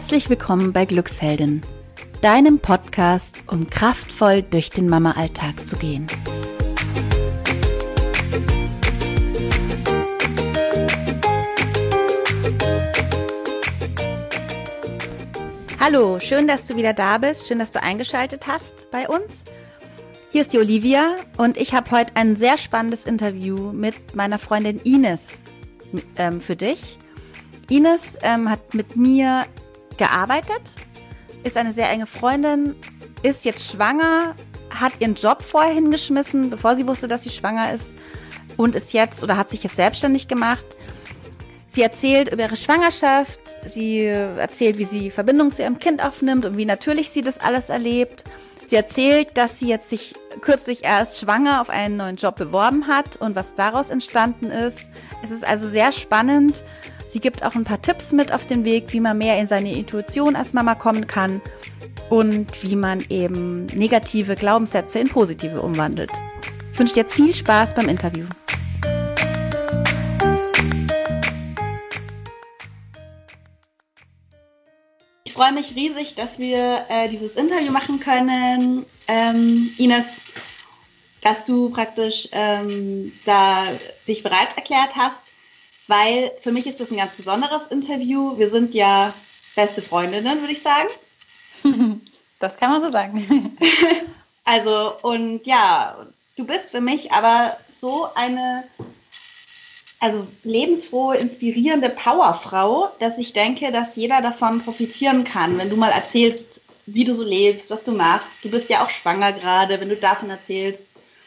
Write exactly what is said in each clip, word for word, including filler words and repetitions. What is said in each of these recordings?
Herzlich willkommen bei Glücksheldin, deinem Podcast, um kraftvoll durch den Mama-Alltag zu gehen. Hallo, schön, dass du wieder da bist, schön, dass du eingeschaltet hast bei uns. Hier ist die Olivia und ich habe heute ein sehr spannendes Interview mit meiner Freundin Ines ähm, für dich. Ines ähm, hat mit mir gearbeitet, ist eine sehr enge Freundin, ist jetzt schwanger, hat ihren Job vorher hingeschmissen, bevor sie wusste, dass sie schwanger ist und ist jetzt oder hat sich jetzt selbstständig gemacht. Sie erzählt über ihre Schwangerschaft, sie erzählt, wie sie Verbindung zu ihrem Kind aufnimmt und wie natürlich sie das alles erlebt. Sie erzählt, dass sie jetzt sich kürzlich erst schwanger auf einen neuen Job beworben hat und was daraus entstanden ist. Es ist also sehr spannend. Sie gibt auch ein paar Tipps mit auf den Weg, wie man mehr in seine Intuition als Mama kommen kann und wie man eben negative Glaubenssätze in positive umwandelt. Ich wünsche dir jetzt viel Spaß beim Interview. Ich freue mich riesig, dass wir äh, dieses Interview machen können. Ähm, Ines, dass du praktisch ähm, da dich bereit erklärt hast, weil für mich ist das ein ganz besonderes Interview. Wir sind ja beste Freundinnen, würde ich sagen. Das kann man so sagen. Also, und ja, du bist für mich aber so eine also lebensfrohe, inspirierende Powerfrau, dass ich denke, dass jeder davon profitieren kann, wenn du mal erzählst, wie du so lebst, was du machst. Du bist ja auch schwanger gerade, wenn du davon erzählst.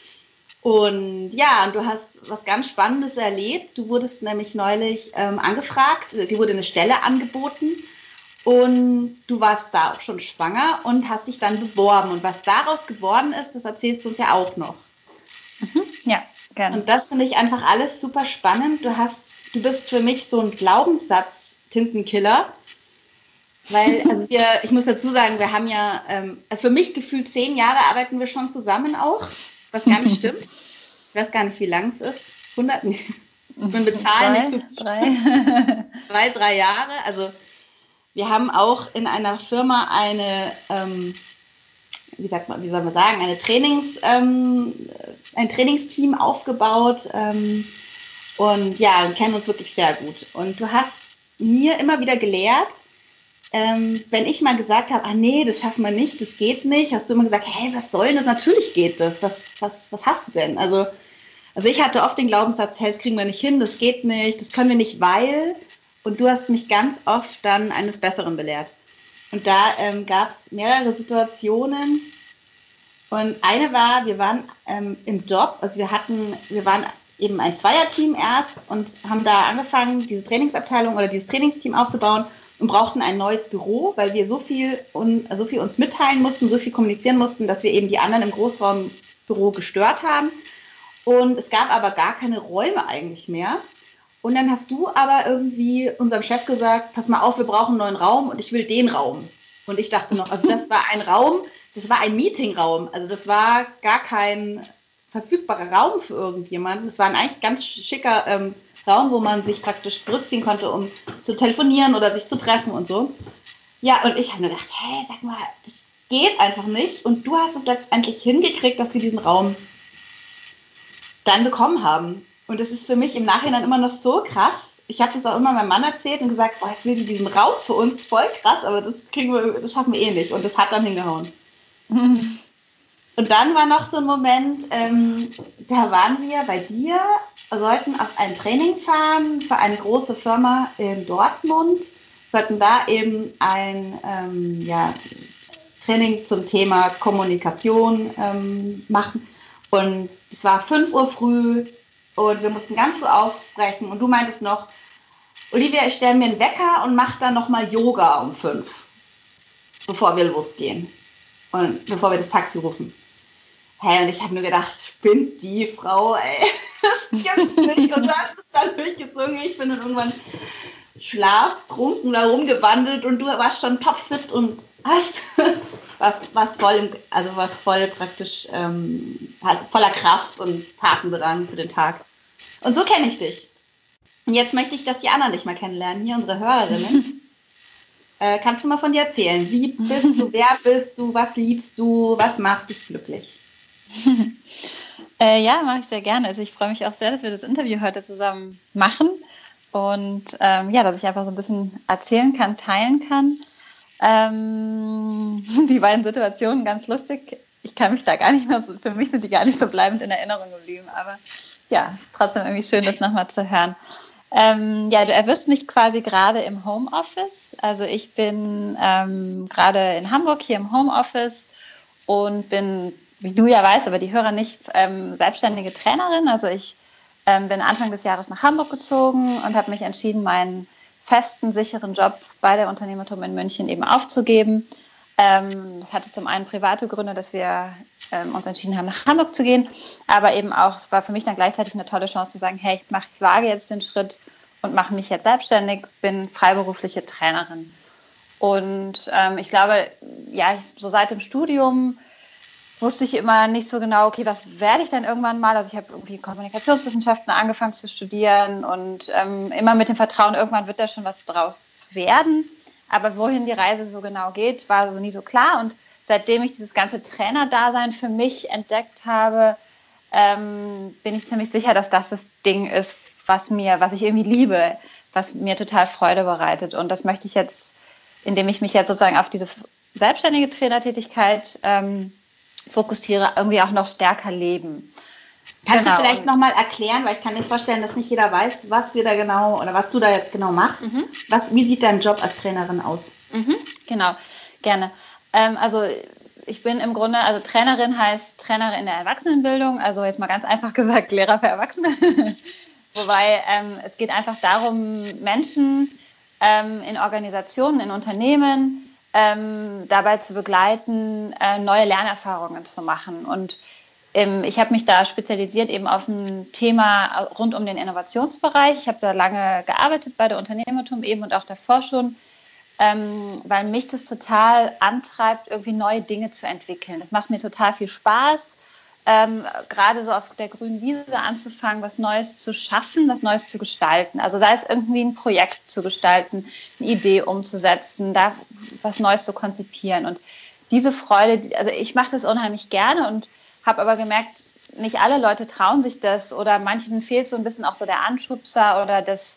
Und ja, und du hast was ganz Spannendes erlebt. Du wurdest nämlich neulich ähm, angefragt, dir wurde eine Stelle angeboten und du warst da auch schon schwanger und hast dich dann beworben. Und was daraus geworden ist, das erzählst du uns ja auch noch. Mhm, ja, gerne. Und das finde ich einfach alles super spannend. Du hast, du bist für mich so ein Glaubenssatz-Tintenkiller. Weil, also wir, ich muss dazu sagen, wir haben ja, ähm, für mich gefühlt zehn Jahre arbeiten wir schon zusammen auch. Was gar nicht stimmt. Ich weiß gar nicht, wie lang es ist. hundert? Ich bin bezahlen nicht so. Drei. Zwei, drei Jahre. Also wir haben auch in einer Firma eine, ähm, wie sagt man, wie soll man sagen, eine Trainings, ähm, ein Trainingsteam aufgebaut. Ähm, und ja, wir kennen uns wirklich sehr gut. Und du hast mir immer wieder gelehrt, Ähm, wenn ich mal gesagt habe, ah nee, das schaffen wir nicht, das geht nicht, hast du immer gesagt, hey, was soll denn das? Natürlich geht das. Was, was, was hast du denn? Also, also ich hatte oft den Glaubenssatz, hey, das kriegen wir nicht hin, das geht nicht, das können wir nicht, weil. Und du hast mich ganz oft dann eines Besseren belehrt. Und da ähm, gab es mehrere Situationen. Und eine war, wir waren ähm, im Job, also wir hatten, wir waren eben ein Zweierteam erst und haben da angefangen, diese Trainingsabteilung oder dieses Trainingsteam aufzubauen. Und brauchten ein neues Büro, weil wir so viel, un, so viel uns mitteilen mussten, so viel kommunizieren mussten, dass wir eben die anderen im Großraumbüro gestört haben. Und es gab aber gar keine Räume eigentlich mehr. Und dann hast du aber irgendwie unserem Chef gesagt, pass mal auf, wir brauchen einen neuen Raum und ich will den Raum. Und ich dachte noch, also das war ein Raum, das war ein Meetingraum. Also das war gar kein verfügbarer Raum für irgendjemanden. Das war ein eigentlich ganz schicker ähm, Raum, wo man sich praktisch zurückziehen konnte, um zu telefonieren oder sich zu treffen und so. Ja, und ich habe nur gedacht, hey, sag mal, das geht einfach nicht. Und du hast es letztendlich hingekriegt, dass wir diesen Raum dann bekommen haben. Und das ist für mich im Nachhinein immer noch so krass. Ich habe das auch immer meinem Mann erzählt und gesagt, boah, jetzt will die diesen Raum für uns, voll krass, aber das kriegen wir, das schaffen wir eh nicht. Und das hat dann hingehauen. Und dann war noch so ein Moment, ähm, da waren wir bei dir, sollten auf ein Training fahren für eine große Firma in Dortmund, sollten da eben ein ähm, ja, Training zum Thema Kommunikation ähm, machen. Und es war fünf Uhr früh und wir mussten ganz früh aufbrechen. Und du meintest noch, Olivia, ich stelle mir einen Wecker und mache dann nochmal Yoga um fünf, bevor wir losgehen und bevor wir das Taxi rufen. Hey, und ich habe nur gedacht, spinnt die Frau, ey, das gibt's nicht. Und du hast es dann durchgezogen. Ich bin dann irgendwann schlaftrunken da rumgewandelt und du warst schon topfit und hast was, was voll, im, also was voll praktisch ähm, voller Kraft und Tatendrang für den Tag. Und so kenne ich dich. Und jetzt möchte ich, dass die anderen dich mal kennenlernen, hier unsere Hörerinnen. Äh, kannst du mal von dir erzählen? Wie bist du, wer bist du, was liebst du, was macht dich glücklich? äh, ja, mache ich sehr gerne. Also ich freue mich auch sehr, dass wir das Interview heute zusammen machen und ähm, ja, dass ich einfach so ein bisschen erzählen kann, teilen kann. Ähm, die beiden Situationen ganz lustig. Ich kann mich da gar nicht mehr, so, für mich sind die gar nicht so bleibend in Erinnerung geblieben, aber ja, es ist trotzdem irgendwie schön, das nochmal zu hören. Ähm, ja, du erwischst mich quasi gerade im Homeoffice. Also ich bin ähm, gerade in Hamburg hier im Homeoffice und bin, wie du ja weißt, aber die Hörer nicht, ähm, selbstständige Trainerin. Also ich ähm, bin Anfang des Jahres nach Hamburg gezogen und habe mich entschieden, meinen festen, sicheren Job bei der Unternehmertum in München eben aufzugeben. Ähm, das hatte zum einen private Gründe, dass wir ähm, uns entschieden haben, nach Hamburg zu gehen, aber eben auch, es war für mich dann gleichzeitig eine tolle Chance zu sagen, hey, ich, mach, ich wage jetzt den Schritt und mache mich jetzt selbstständig, bin freiberufliche Trainerin. Und ähm, ich glaube, ja, ich, so seit dem Studium wusste ich immer nicht so genau, okay, was werde ich denn irgendwann mal? Also ich habe irgendwie Kommunikationswissenschaften angefangen zu studieren und ähm, immer mit dem Vertrauen, irgendwann wird da schon was draus werden. Aber wohin die Reise so genau geht, war so nie so klar. Und seitdem ich dieses ganze Trainerdasein für mich entdeckt habe, ähm, bin ich ziemlich sicher, dass das das Ding ist, was mir, was ich irgendwie liebe, was mir total Freude bereitet. Und das möchte ich jetzt, indem ich mich jetzt sozusagen auf diese selbstständige Trainertätigkeit ähm, fokussiere, irgendwie auch noch stärker leben. Kannst genau. du vielleicht nochmal erklären, weil ich kann mir vorstellen, dass nicht jeder weiß, was wir da genau oder was du da jetzt genau machst. Mhm. Was, wie sieht dein Job als Trainerin aus? Mhm, genau, gerne. Ähm, also ich bin im Grunde, also Trainerin heißt Trainerin in der Erwachsenenbildung, also jetzt mal ganz einfach gesagt Lehrer für Erwachsene. Wobei ähm, es geht einfach darum, Menschen ähm, in Organisationen, in Unternehmen ähm, dabei zu begleiten, äh, neue Lernerfahrungen zu machen. Und ähm, ich habe mich da spezialisiert eben auf ein Thema rund um den Innovationsbereich. Ich habe da lange gearbeitet bei der Unternehmertum eben und auch davor schon, ähm, weil mich das total antreibt, irgendwie neue Dinge zu entwickeln. Das macht mir total viel Spaß. Ähm, gerade so auf der grünen Wiese anzufangen, was Neues zu schaffen, was Neues zu gestalten. Also sei es irgendwie ein Projekt zu gestalten, eine Idee umzusetzen, da was Neues zu konzipieren. Und diese Freude, also ich mache das unheimlich gerne und habe aber gemerkt, nicht alle Leute trauen sich das oder manchen fehlt so ein bisschen auch so der Anschubser oder das,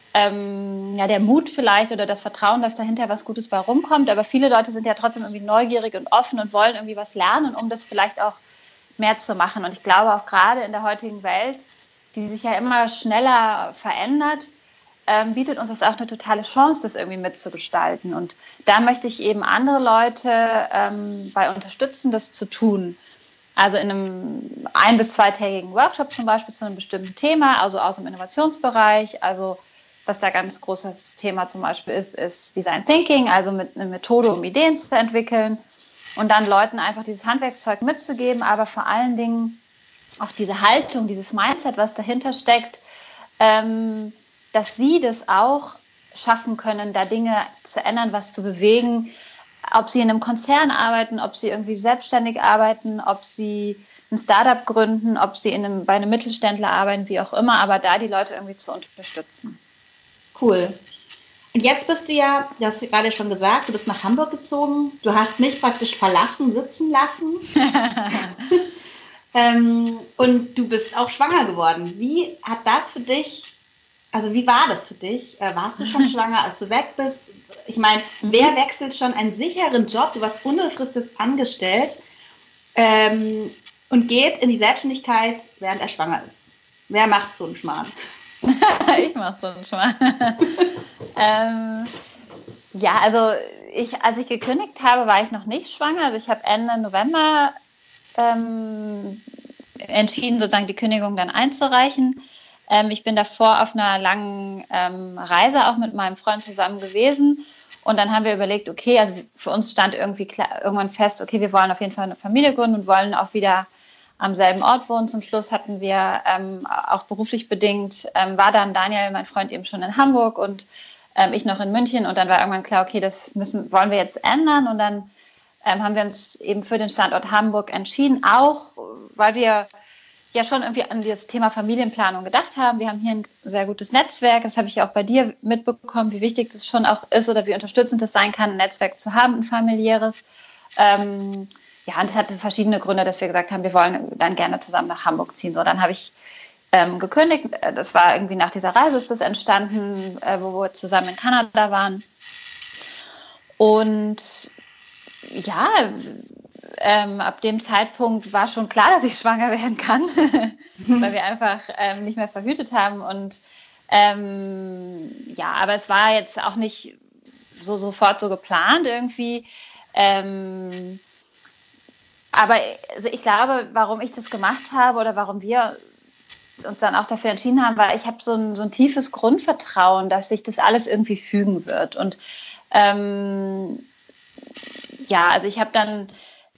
ähm, ja, der Mut vielleicht oder das Vertrauen, dass dahinter was Gutes bei rumkommt. Aber viele Leute sind ja trotzdem irgendwie neugierig und offen und wollen irgendwie was lernen, um das vielleicht auch mehr zu machen. Und ich glaube auch gerade in der heutigen Welt, die sich ja immer schneller verändert, ähm, bietet uns das auch eine totale Chance, das irgendwie mitzugestalten. Und da möchte ich eben andere Leute ähm, bei unterstützen, das zu tun. Also in einem ein- bis zweitägigen Workshop zum Beispiel zu einem bestimmten Thema, also aus dem Innovationsbereich. Also was da ganz großes Thema zum Beispiel ist, ist Design Thinking, also mit einer Methode, um Ideen zu entwickeln. Und dann Leuten einfach dieses Handwerkszeug mitzugeben, aber vor allen Dingen auch diese Haltung, dieses Mindset, was dahinter steckt, ähm, dass sie das auch schaffen können, da Dinge zu ändern, was zu bewegen, ob sie in einem Konzern arbeiten, ob sie irgendwie selbstständig arbeiten, ob sie ein Startup gründen, ob sie in einem, bei einem Mittelständler arbeiten, wie auch immer, aber da die Leute irgendwie zu unterstützen. Cool. Und jetzt bist du ja, du hast gerade schon gesagt, du bist nach Hamburg gezogen. Du hast mich praktisch verlassen, sitzen lassen. ähm, und du bist auch schwanger geworden. Wie hat das für dich, also wie war das für dich? Äh, warst du schon schwanger, als du weg bist? Ich meine, mhm. wer wechselt schon einen sicheren Job? Du warst unbefristet angestellt ähm, und geht in die Selbstständigkeit, während er schwanger ist. Wer macht so einen Schmarrn? Ich mach so einen Schmarrn. ähm, ja, also ich, als ich gekündigt habe, war ich noch nicht schwanger. Also ich habe Ende November ähm, entschieden, sozusagen die Kündigung dann einzureichen. Ähm, ich bin davor auf einer langen ähm, Reise auch mit meinem Freund zusammen gewesen. Und dann haben wir überlegt, okay, also für uns stand irgendwie klar, irgendwann fest, okay, wir wollen auf jeden Fall eine Familie gründen und wollen auch wieder am selben Ort wohnen. Zum Schluss hatten wir ähm, auch beruflich bedingt, ähm, war dann Daniel, mein Freund, eben schon in Hamburg und ähm, ich noch in München. Und dann war irgendwann klar, okay, das müssen, wollen wir jetzt ändern. Und dann ähm, haben wir uns eben für den Standort Hamburg entschieden, auch weil wir ja schon irgendwie an das Thema Familienplanung gedacht haben. Wir haben hier ein sehr gutes Netzwerk. Das habe ich ja auch bei dir mitbekommen, wie wichtig das schon auch ist oder wie unterstützend das sein kann, ein Netzwerk zu haben, ein familiäres. Ähm, ja, und es hatte verschiedene Gründe, dass wir gesagt haben, wir wollen dann gerne zusammen nach Hamburg ziehen. So, dann habe ich ähm, gekündigt. Das war irgendwie nach dieser Reise ist das entstanden, äh, wo wir zusammen in Kanada waren. Und ja, ähm, ab dem Zeitpunkt war schon klar, dass ich schwanger werden kann, weil wir einfach ähm, nicht mehr verhütet haben. Und ähm, ja, aber es war jetzt auch nicht so sofort so geplant irgendwie. Ähm, aber also ich glaube, warum ich das gemacht habe oder warum wir uns dann auch dafür entschieden haben, weil ich habe so ein, so ein tiefes Grundvertrauen, dass sich das alles irgendwie fügen wird. Und ähm, ja, also ich habe dann,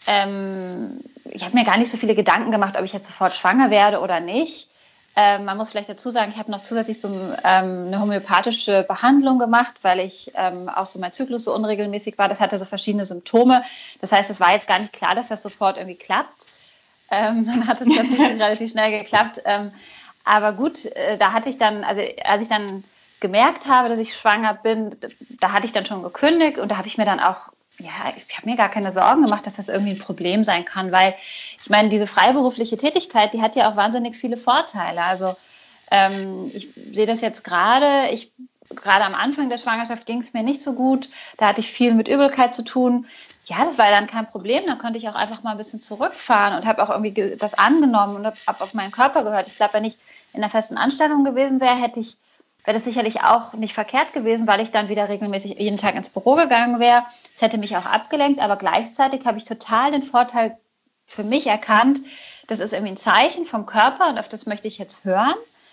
ähm, ich habe mir gar nicht so viele Gedanken gemacht, ob ich jetzt sofort schwanger werde oder nicht. Ähm, man muss vielleicht dazu sagen, ich habe noch zusätzlich so ähm, eine homöopathische Behandlung gemacht, weil ich ähm, auch so mein Zyklus so unregelmäßig war. Das hatte so verschiedene Symptome. Das heißt, es war jetzt gar nicht klar, dass das sofort irgendwie klappt. Ähm, dann hat es tatsächlich relativ schnell geklappt. Ähm, aber gut, äh, da hatte ich dann, also als ich dann gemerkt habe, dass ich schwanger bin, da hatte ich dann schon gekündigt und da habe ich mir dann auch, ja, ich habe mir gar keine Sorgen gemacht, dass das irgendwie ein Problem sein kann, weil ich meine, diese freiberufliche Tätigkeit, die hat ja auch wahnsinnig viele Vorteile. Also ähm, ich sehe das jetzt gerade, ich gerade am Anfang der Schwangerschaft ging es mir nicht so gut, da hatte ich viel mit Übelkeit zu tun. Ja, das war dann kein Problem, da konnte ich auch einfach mal ein bisschen zurückfahren und habe auch irgendwie das angenommen und habe auf meinen Körper gehört. Ich glaube, wenn ich in einer festen Anstellung gewesen wäre, hätte ich wäre das sicherlich auch nicht verkehrt gewesen, weil ich dann wieder regelmäßig jeden Tag ins Büro gegangen wäre. Es hätte mich auch abgelenkt, aber gleichzeitig habe ich total den Vorteil für mich erkannt, das ist irgendwie ein Zeichen vom Körper und auf das möchte ich jetzt hören.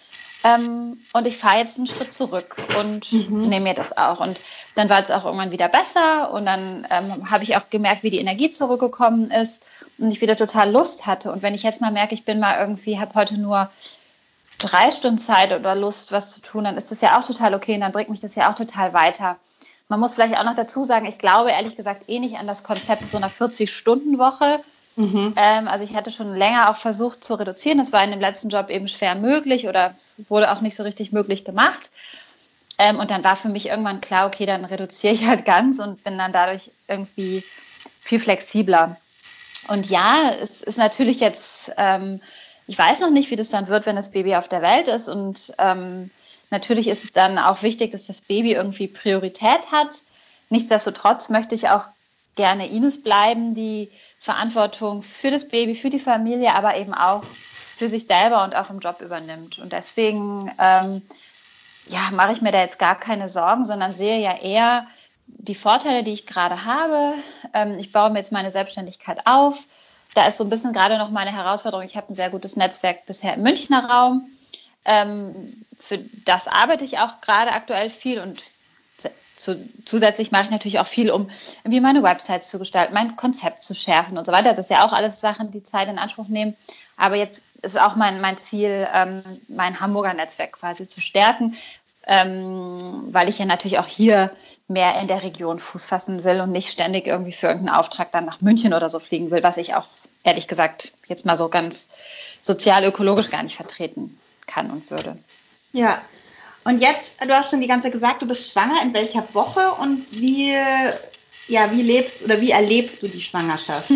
Ähm, und ich fahre jetzt einen Schritt zurück und mhm. nehme mir das auch. Und dann war es auch irgendwann wieder besser und dann ähm, habe ich auch gemerkt, wie die Energie zurückgekommen ist und ich wieder total Lust hatte. Und wenn ich jetzt mal merke, ich bin mal irgendwie, habe heute nur drei Stunden Zeit oder Lust, was zu tun, dann ist das ja auch total okay und dann bringt mich das ja auch total weiter. Man muss vielleicht auch noch dazu sagen, ich glaube ehrlich gesagt eh nicht an das Konzept so einer vierzig-Stunden-Woche. Mhm. Ähm, also ich hatte schon länger auch versucht zu reduzieren. Das war in dem letzten Job eben schwer möglich oder wurde auch nicht so richtig möglich gemacht. Ähm, und dann war für mich irgendwann klar, okay, dann reduziere ich halt ganz und bin dann dadurch irgendwie viel flexibler. Und ja, es ist natürlich jetzt... Ähm, Ich weiß noch nicht, wie das dann wird, wenn das Baby auf der Welt ist. Und ähm, natürlich ist es dann auch wichtig, dass das Baby irgendwie Priorität hat. Nichtsdestotrotz möchte ich auch gerne Ines bleiben, die Verantwortung für das Baby, für die Familie, aber eben auch für sich selber und auch im Job übernimmt. Und deswegen ähm, ja, mache ich mir da jetzt gar keine Sorgen, sondern sehe ja eher die Vorteile, die ich gerade habe. Ähm, ich baue mir jetzt meine Selbstständigkeit auf. Da ist so ein bisschen gerade noch meine Herausforderung. Ich habe ein sehr gutes Netzwerk bisher im Münchner Raum. Ähm, für das arbeite ich auch gerade aktuell viel und zu, zusätzlich mache ich natürlich auch viel, um irgendwie meine Websites zu gestalten, mein Konzept zu schärfen und so weiter. Das ist ja auch alles Sachen, die Zeit in Anspruch nehmen. Aber jetzt ist auch mein, mein Ziel, ähm, mein Hamburger Netzwerk quasi zu stärken, ähm, weil ich ja natürlich auch hier mehr in der Region Fuß fassen will und nicht ständig irgendwie für irgendeinen Auftrag dann nach München oder so fliegen will, was ich auch ehrlich gesagt jetzt mal so ganz sozial-ökologisch gar nicht vertreten kann und würde. Ja, und jetzt, du hast schon die ganze Zeit gesagt, du bist schwanger, in welcher Woche und wie, ja, wie lebst oder wie erlebst du die Schwangerschaft?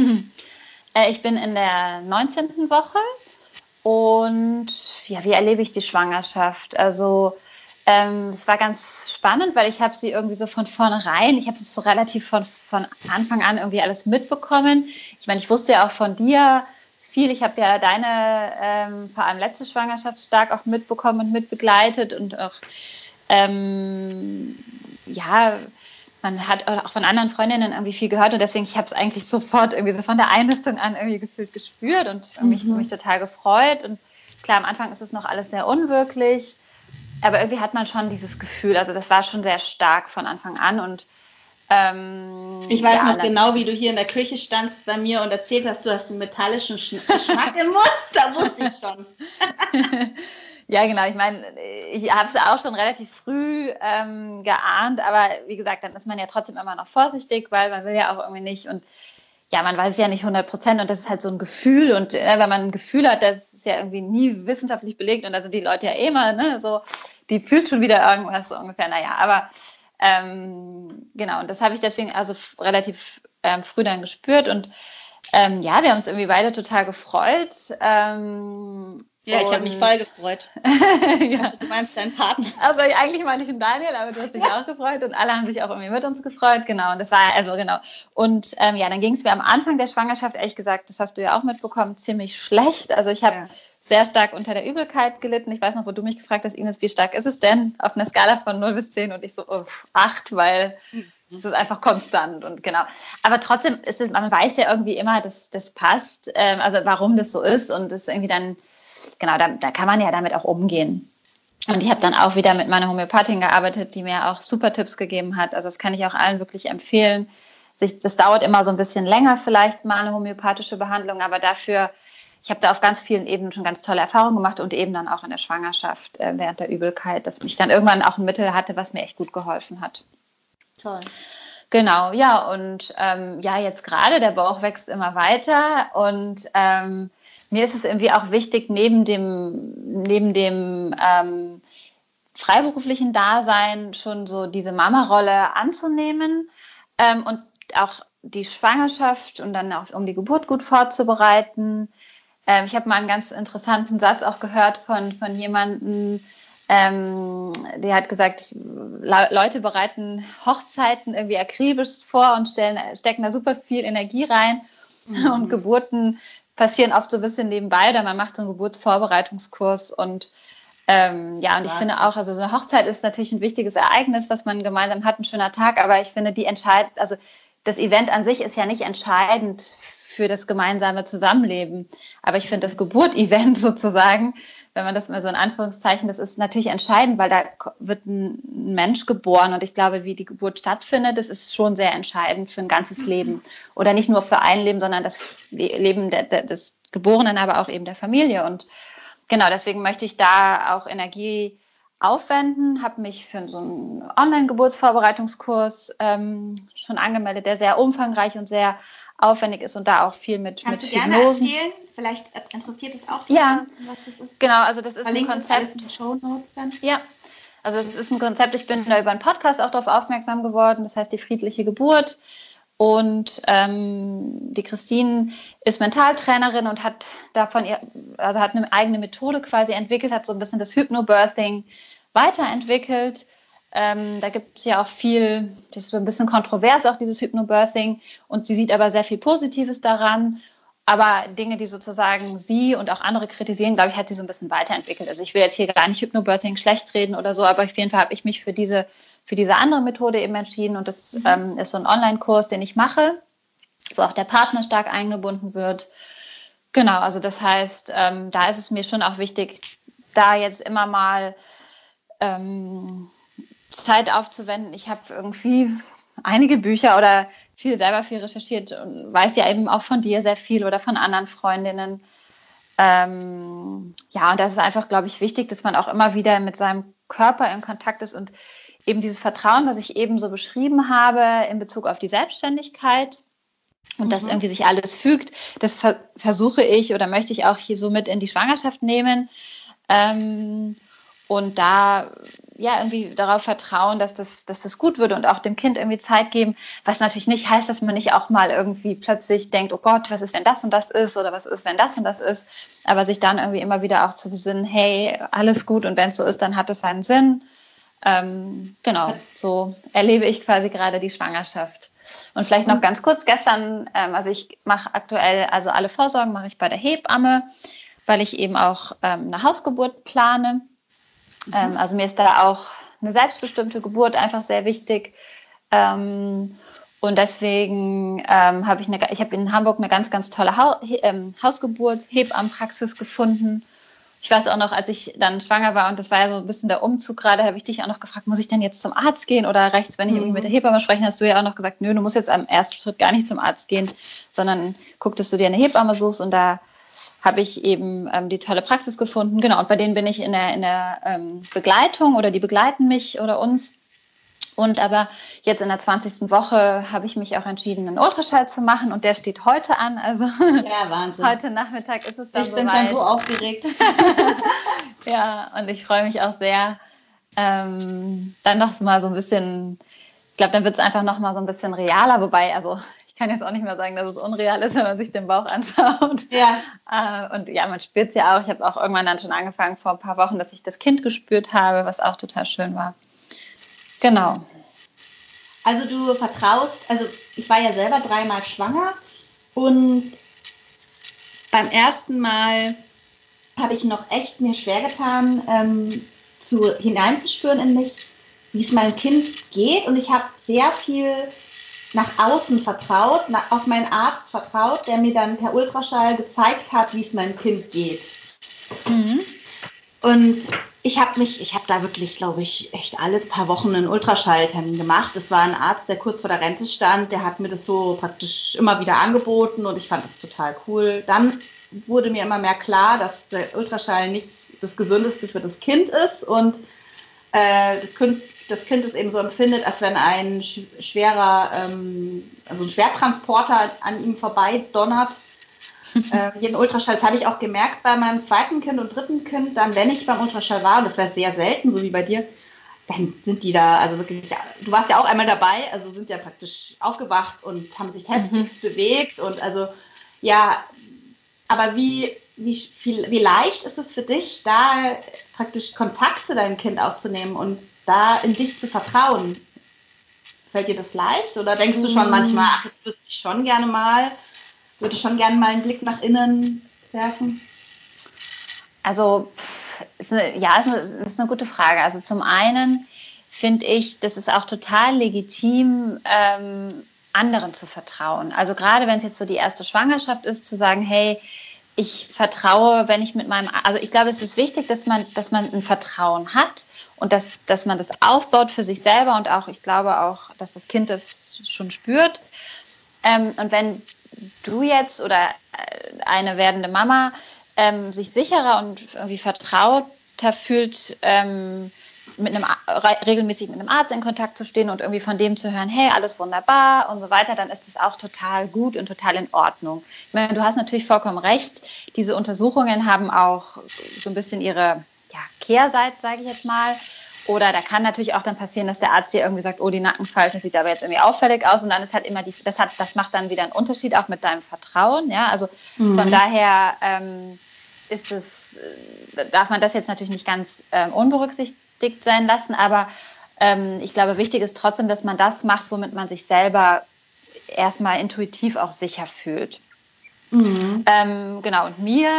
Ich bin in der neunzehnten Woche und ja, wie erlebe ich die Schwangerschaft? Also Ähm, es war ganz spannend, weil ich habe sie irgendwie so von vornherein, ich habe es so relativ von, von Anfang an irgendwie alles mitbekommen. Ich meine, ich wusste ja auch von dir viel. Ich habe ja deine, ähm, vor allem letzte Schwangerschaft stark auch mitbekommen und mitbegleitet und auch, ähm, ja, man hat auch von anderen Freundinnen irgendwie viel gehört und deswegen, ich habe es eigentlich sofort irgendwie so von der Einlistung an irgendwie gefühlt gespürt und mhm. mich, mich total gefreut. Und klar, am Anfang ist es noch alles sehr unwirklich. Aber irgendwie hat man schon dieses Gefühl, also das war schon sehr stark von Anfang an und ähm, ich weiß ja, noch genau, wie du hier in der Küche standst bei mir und erzählt hast, du hast einen metallischen Geschmack im Mund, da wusste ich schon. Ja, genau, ich meine, ich habe es ja auch schon relativ früh ähm, geahnt, aber wie gesagt, dann ist man ja trotzdem immer noch vorsichtig, weil man will ja auch irgendwie nicht und ja, man weiß es ja nicht hundert Prozent und das ist halt so ein Gefühl und äh, wenn man ein Gefühl hat, das ist ja irgendwie nie wissenschaftlich belegt und da sind die Leute ja eh mal, ne, so, die fühlt schon wieder irgendwas so ungefähr, naja, aber ähm, genau, und das habe ich deswegen also f- relativ ähm, früh dann gespürt und ähm, ja, wir haben uns irgendwie beide total gefreut. Ähm, Ja, ich habe mich voll gefreut. ja. Also, du meinst deinen Partner. Also eigentlich meinte ich den Daniel, aber du hast dich ja auch gefreut und alle haben sich auch irgendwie mit uns gefreut, genau. Und das war also genau. Und ähm, ja, dann ging es mir am Anfang der Schwangerschaft, ehrlich gesagt, das hast du ja auch mitbekommen, ziemlich schlecht. Also ich habe ja. sehr stark unter der Übelkeit gelitten. Ich weiß noch, wo du mich gefragt hast, Ines, wie stark ist es denn auf einer Skala von null bis zehn? Und ich so, oh, acht, weil das ist einfach konstant und genau. Aber trotzdem ist es, man weiß ja irgendwie immer, dass das passt, ähm, also warum das so ist und das ist irgendwie dann, genau, da, da kann man ja damit auch umgehen. Und ich habe dann auch wieder mit meiner Homöopathin gearbeitet, die mir auch super Tipps gegeben hat. Also das kann ich auch allen wirklich empfehlen. Sich, das dauert immer so ein bisschen länger vielleicht mal eine homöopathische Behandlung, aber dafür, ich habe da auf ganz vielen Ebenen schon ganz tolle Erfahrungen gemacht und eben dann auch in der Schwangerschaft äh, während der Übelkeit, dass ich dann irgendwann auch ein Mittel hatte, was mir echt gut geholfen hat. Toll. Genau, ja, und ähm, ja, jetzt gerade, der Bauch wächst immer weiter und ähm, mir ist es irgendwie auch wichtig, neben dem, neben dem ähm, freiberuflichen Dasein schon so diese Mama-Rolle anzunehmen ähm, und auch die Schwangerschaft und dann auch um die Geburt gut vorzubereiten. Ähm, ich habe mal einen ganz interessanten Satz auch gehört von, von jemandem, Ähm, der hat gesagt, Le- Leute bereiten Hochzeiten irgendwie akribisch vor und stellen, stecken da super viel Energie rein. Mhm. Und Geburten passieren oft so ein bisschen nebenbei, oder man macht so einen Geburtsvorbereitungskurs. Und ähm, ja, und ich ja. finde auch, also so eine Hochzeit ist natürlich ein wichtiges Ereignis, was man gemeinsam hat, ein schöner Tag, aber ich finde, die entscheid- also das Event an sich ist ja nicht entscheidend für das gemeinsame Zusammenleben. Aber ich finde das Geburt-Event sozusagen, wenn man das mal so in Anführungszeichen, das ist natürlich entscheidend, weil da wird ein Mensch geboren und ich glaube, wie die Geburt stattfindet, das ist schon sehr entscheidend für ein ganzes Leben. Oder nicht nur für ein Leben, sondern das Leben de- de- des Geborenen, aber auch eben der Familie. Und genau, deswegen möchte ich da auch Energie aufwenden, habe mich für so einen Online-Geburtsvorbereitungskurs ähm, schon angemeldet, der sehr umfangreich und sehr aufwendig ist und da auch viel mit, Kannst mit du gerne Hypnosen. erzählen? Vielleicht interessiert es auch Ja, was das ist. Genau, also das ist Verlinkt ein das alles Konzept. in die Shownotes dann. Ja, also das ist ein Konzept, ich bin da über einen Podcast auch darauf aufmerksam geworden, das heißt die friedliche Geburt. Und ähm, die Christine ist Mentaltrainerin und hat davon, ihr, also hat eine eigene Methode quasi entwickelt, hat so ein bisschen das Hypnobirthing weiterentwickelt. Ähm, da gibt es ja auch viel, das ist so ein bisschen kontrovers, auch dieses Hypnobirthing. Und sie sieht aber sehr viel Positives daran. Aber Dinge, die sozusagen sie und auch andere kritisieren, glaube ich, hat sie so ein bisschen weiterentwickelt. Also ich will jetzt hier gar nicht Hypnobirthing schlecht reden oder so, aber auf jeden Fall habe ich mich für diese, für diese andere Methode eben entschieden. Und das mhm. ähm, ist so ein Online-Kurs, den ich mache, wo auch der Partner stark eingebunden wird. Genau, also das heißt, ähm, da ist es mir schon auch wichtig, da jetzt immer mal ähm, Zeit aufzuwenden. Ich habe irgendwie einige Bücher oder viel selber viel recherchiert und weiß ja eben auch von dir sehr viel oder von anderen Freundinnen. Ähm, ja, und das ist einfach, glaube ich, wichtig, dass man auch immer wieder mit seinem Körper in Kontakt ist und eben dieses Vertrauen, was ich eben so beschrieben habe in Bezug auf die Selbstständigkeit und mhm. dass irgendwie sich alles fügt, das ver- versuche ich oder möchte ich auch hier so mit in die Schwangerschaft nehmen. Ähm, und da ja irgendwie darauf vertrauen, dass das, dass das gut wird und auch dem Kind irgendwie Zeit geben, was natürlich nicht heißt, dass man nicht auch mal irgendwie plötzlich denkt, oh Gott, was ist, wenn das und das ist oder was ist, wenn das und das ist, aber sich dann irgendwie immer wieder auch zu besinnen, hey, alles gut und wenn es so ist, dann hat es seinen Sinn. Ähm, genau, so erlebe ich quasi gerade die Schwangerschaft. Und vielleicht noch ganz kurz, gestern, ähm, also ich mache aktuell, also alle Vorsorgen mache ich bei der Hebamme, weil ich eben auch ähm, eine Hausgeburt plane. Mhm. Ähm, also mir ist da auch eine selbstbestimmte Geburt einfach sehr wichtig. Ähm, und deswegen ähm, habe ich, eine, ich habe in Hamburg eine ganz, ganz tolle ha- ähm, Hausgeburt-Hebammenpraxis gefunden. Ich weiß auch noch, als ich dann schwanger war und das war ja so ein bisschen der Umzug gerade, habe ich dich auch noch gefragt, muss ich denn jetzt zum Arzt gehen oder reicht es, wenn ich mhm. irgendwie mit der Hebamme spreche? Hast du ja auch noch gesagt, nö, du musst jetzt am ersten Schritt gar nicht zum Arzt gehen, sondern guck, dass du dir eine Hebamme suchst und da habe ich eben ähm, die tolle Praxis gefunden. Genau, und bei denen bin ich in der, in der ähm, Begleitung oder die begleiten mich oder uns. Und aber jetzt in der zwanzigsten Woche habe ich mich auch entschieden, einen Ultraschall zu machen und der steht heute an. Also ja, Wahnsinn. Heute Nachmittag ist es dann Ich bin soweit. schon so aufgeregt. Ja, und ich freue mich auch sehr, ähm, dann noch mal so ein bisschen, ich glaube, dann wird es einfach noch mal so ein bisschen realer, wobei, also ich kann jetzt auch nicht mehr sagen, dass es unreal ist, wenn man sich den Bauch anschaut. Ja. Äh, und ja, man spürt es ja auch. Ich habe auch irgendwann dann schon angefangen vor ein paar Wochen, dass ich das Kind gespürt habe, was auch total schön war. Genau. Also du vertraust, also ich war ja selber dreimal schwanger und beim ersten Mal habe ich noch echt mir schwer getan, ähm, zu, hineinzuspüren in mich, wie es meinem Kind geht. Und ich habe sehr viel nach außen vertraut, nach, auf meinen Arzt vertraut, der mir dann per Ultraschall gezeigt hat, wie es meinem Kind geht. Mhm. Und ich habe mich, ich habe da wirklich, glaube ich, echt alle paar Wochen einen Ultraschalltermin gemacht. Es war ein Arzt, der kurz vor der Rente stand, der hat mir das so praktisch immer wieder angeboten und ich fand das total cool. Dann wurde mir immer mehr klar, dass der Ultraschall nicht das Gesündeste für das Kind ist und äh, das, kind, das Kind es eben so empfindet, als wenn ein schwerer, ähm, also ein Schwertransporter an ihm vorbei donnert. äh, jeden Ultraschall, das habe ich auch gemerkt bei meinem zweiten Kind und dritten Kind, dann wenn ich beim Ultraschall war, und das war sehr selten, so wie bei dir, dann sind die da, also wirklich, ja, du warst ja auch einmal dabei, also sind ja praktisch aufgewacht und haben sich heftigst mhm. bewegt und also, ja, aber wie, wie, viel, wie leicht ist es für dich, da praktisch Kontakt zu deinem Kind aufzunehmen und da in dich zu vertrauen? Fällt dir das leicht oder denkst du schon manchmal, ach, jetzt wüsste ich schon gerne mal, würde schon gerne mal einen Blick nach innen werfen? Also, ist eine, ja, ist eine, ist eine gute Frage. Also zum einen finde ich, das ist auch total legitim, ähm, anderen zu vertrauen. Also gerade wenn es jetzt so die erste Schwangerschaft ist, zu sagen, hey, ich vertraue, wenn ich mit meinem, also ich glaube, es ist wichtig, dass man, dass man ein Vertrauen hat und dass, dass man das aufbaut für sich selber und auch, ich glaube auch, dass das Kind das schon spürt. Ähm, und wenn du jetzt oder eine werdende Mama ähm, sich sicherer und irgendwie vertrauter fühlt, ähm, mit einem, regelmäßig mit einem Arzt in Kontakt zu stehen und irgendwie von dem zu hören, hey, alles wunderbar und so weiter, dann ist das auch total gut und total in Ordnung. Ich meine, du hast natürlich vollkommen recht, diese Untersuchungen haben auch so ein bisschen ihre ja, Kehrseite, sage ich jetzt mal. Oder da kann natürlich auch dann passieren, dass der Arzt dir irgendwie sagt, oh, die Nackenfalte sieht aber jetzt irgendwie auffällig aus und dann ist halt immer die, das hat, das macht dann wieder einen Unterschied auch mit deinem Vertrauen, ja, also mhm. von daher ähm, ist es, darf man das jetzt natürlich nicht ganz ähm, unberücksichtigt sein lassen, aber ähm, ich glaube, wichtig ist trotzdem, dass man das macht, womit man sich selber erstmal intuitiv auch sicher fühlt. Mhm. Ähm, genau, und mir,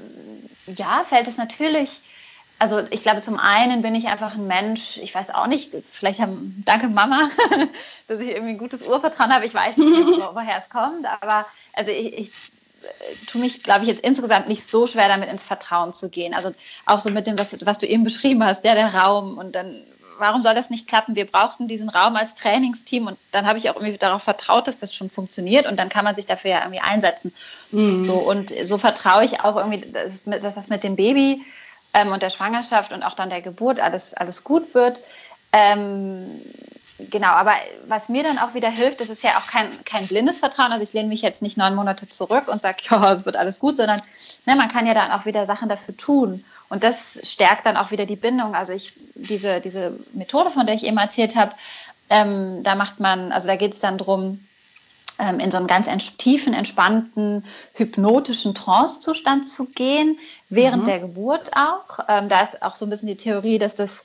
ja, fällt es natürlich. Also ich glaube, zum einen bin ich einfach ein Mensch, ich weiß auch nicht, vielleicht haben, danke Mama, dass ich irgendwie ein gutes Urvertrauen habe, ich weiß nicht, wo, woher es kommt, aber also ich, ich tue mich, glaube ich, jetzt insgesamt nicht so schwer damit ins Vertrauen zu gehen. Also auch so mit dem, was, was du eben beschrieben hast, ja, der Raum und dann, warum soll das nicht klappen? Wir brauchten diesen Raum als Trainingsteam und dann habe ich auch irgendwie darauf vertraut, dass das schon funktioniert und dann kann man sich dafür ja irgendwie einsetzen. Mhm. So, und so vertraue ich auch irgendwie, dass, dass das mit dem Baby Ähm, und der Schwangerschaft und auch dann der Geburt alles, alles gut wird. Ähm, genau, aber was mir dann auch wieder hilft, das ist ja auch kein, kein blindes Vertrauen, also ich lehne mich jetzt nicht neun Monate zurück und sage, ja, es wird alles gut, sondern ne, man kann ja dann auch wieder Sachen dafür tun und das stärkt dann auch wieder die Bindung. Also ich, diese, diese Methode, von der ich eben erzählt habe, ähm, da macht man, also da geht es dann drum, in so einen ganz tiefen, entspannten, hypnotischen Trance-Zustand zu gehen, während mhm. der Geburt auch. Ähm, da ist auch so ein bisschen die Theorie, dass das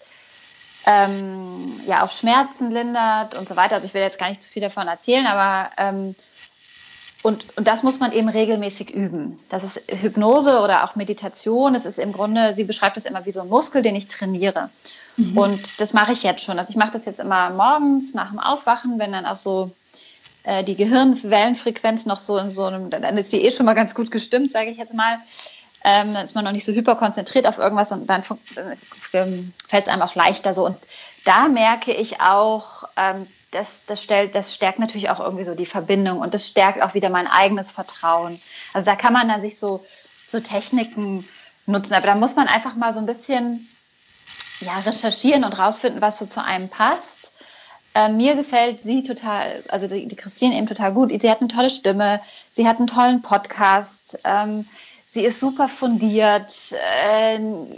ähm, ja auch Schmerzen lindert und so weiter. Also ich will jetzt gar nicht zu viel davon erzählen, aber ähm, und, und das muss man eben regelmäßig üben. Das ist Hypnose oder auch Meditation. Es ist im Grunde, sie beschreibt das immer wie so ein Muskel, den ich trainiere. Mhm. Und das mache ich jetzt schon. Also ich mache das jetzt immer morgens nach dem Aufwachen, wenn dann auch so die Gehirnwellenfrequenz noch so in so einem, dann ist die eh schon mal ganz gut gestimmt, sage ich jetzt mal. Ähm, dann ist man noch nicht so hyperkonzentriert auf irgendwas und dann ähm, fällt es einem auch leichter so. Und da merke ich auch, ähm, das, das, stellt, das stärkt natürlich auch irgendwie so die Verbindung und das stärkt auch wieder mein eigenes Vertrauen. Also da kann man dann sich so, so Techniken nutzen, aber da muss man einfach mal so ein bisschen ja, recherchieren und rausfinden, was so zu einem passt. Äh, mir gefällt sie total, also die, die Christine eben total gut. Sie hat eine tolle Stimme, sie hat einen tollen Podcast, ähm, sie ist super fundiert, äh,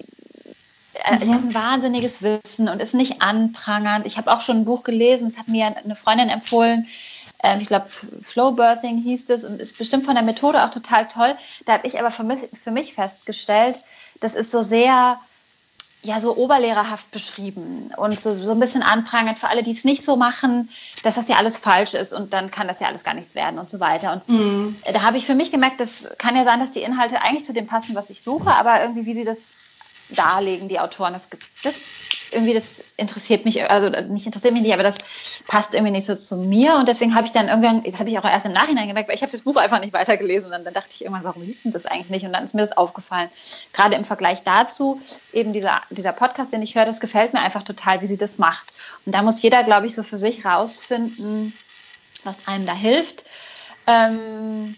äh, sie hat ein wahnsinniges Wissen und ist nicht anprangernd. Ich habe auch schon ein Buch gelesen, das hat mir eine Freundin empfohlen, ähm, ich glaube Flow Birthing hieß es und ist bestimmt von der Methode auch total toll. Da habe ich aber für mich, für mich festgestellt, das ist so sehr, ja, so oberlehrerhaft beschrieben und so, so ein bisschen anprangend für alle, die es nicht so machen, dass das ja alles falsch ist und dann kann das ja alles gar nichts werden und so weiter. Und mhm. da habe ich für mich gemerkt, das kann ja sein, dass die Inhalte eigentlich zu dem passen, was ich suche, aber irgendwie, wie sie das darlegen, die Autoren, das, das irgendwie, das interessiert mich, also nicht interessiert mich nicht, aber das passt irgendwie nicht so zu mir und deswegen habe ich dann irgendwann, das habe ich auch erst im Nachhinein gemerkt, weil ich habe das Buch einfach nicht weitergelesen und dann dachte ich irgendwann, warum liest du das eigentlich nicht? Und dann ist mir das aufgefallen. Gerade im Vergleich dazu, eben dieser, dieser Podcast, den ich höre, das gefällt mir einfach total, wie sie das macht. Und da muss jeder, glaube ich, so für sich rausfinden, was einem da hilft. Ähm,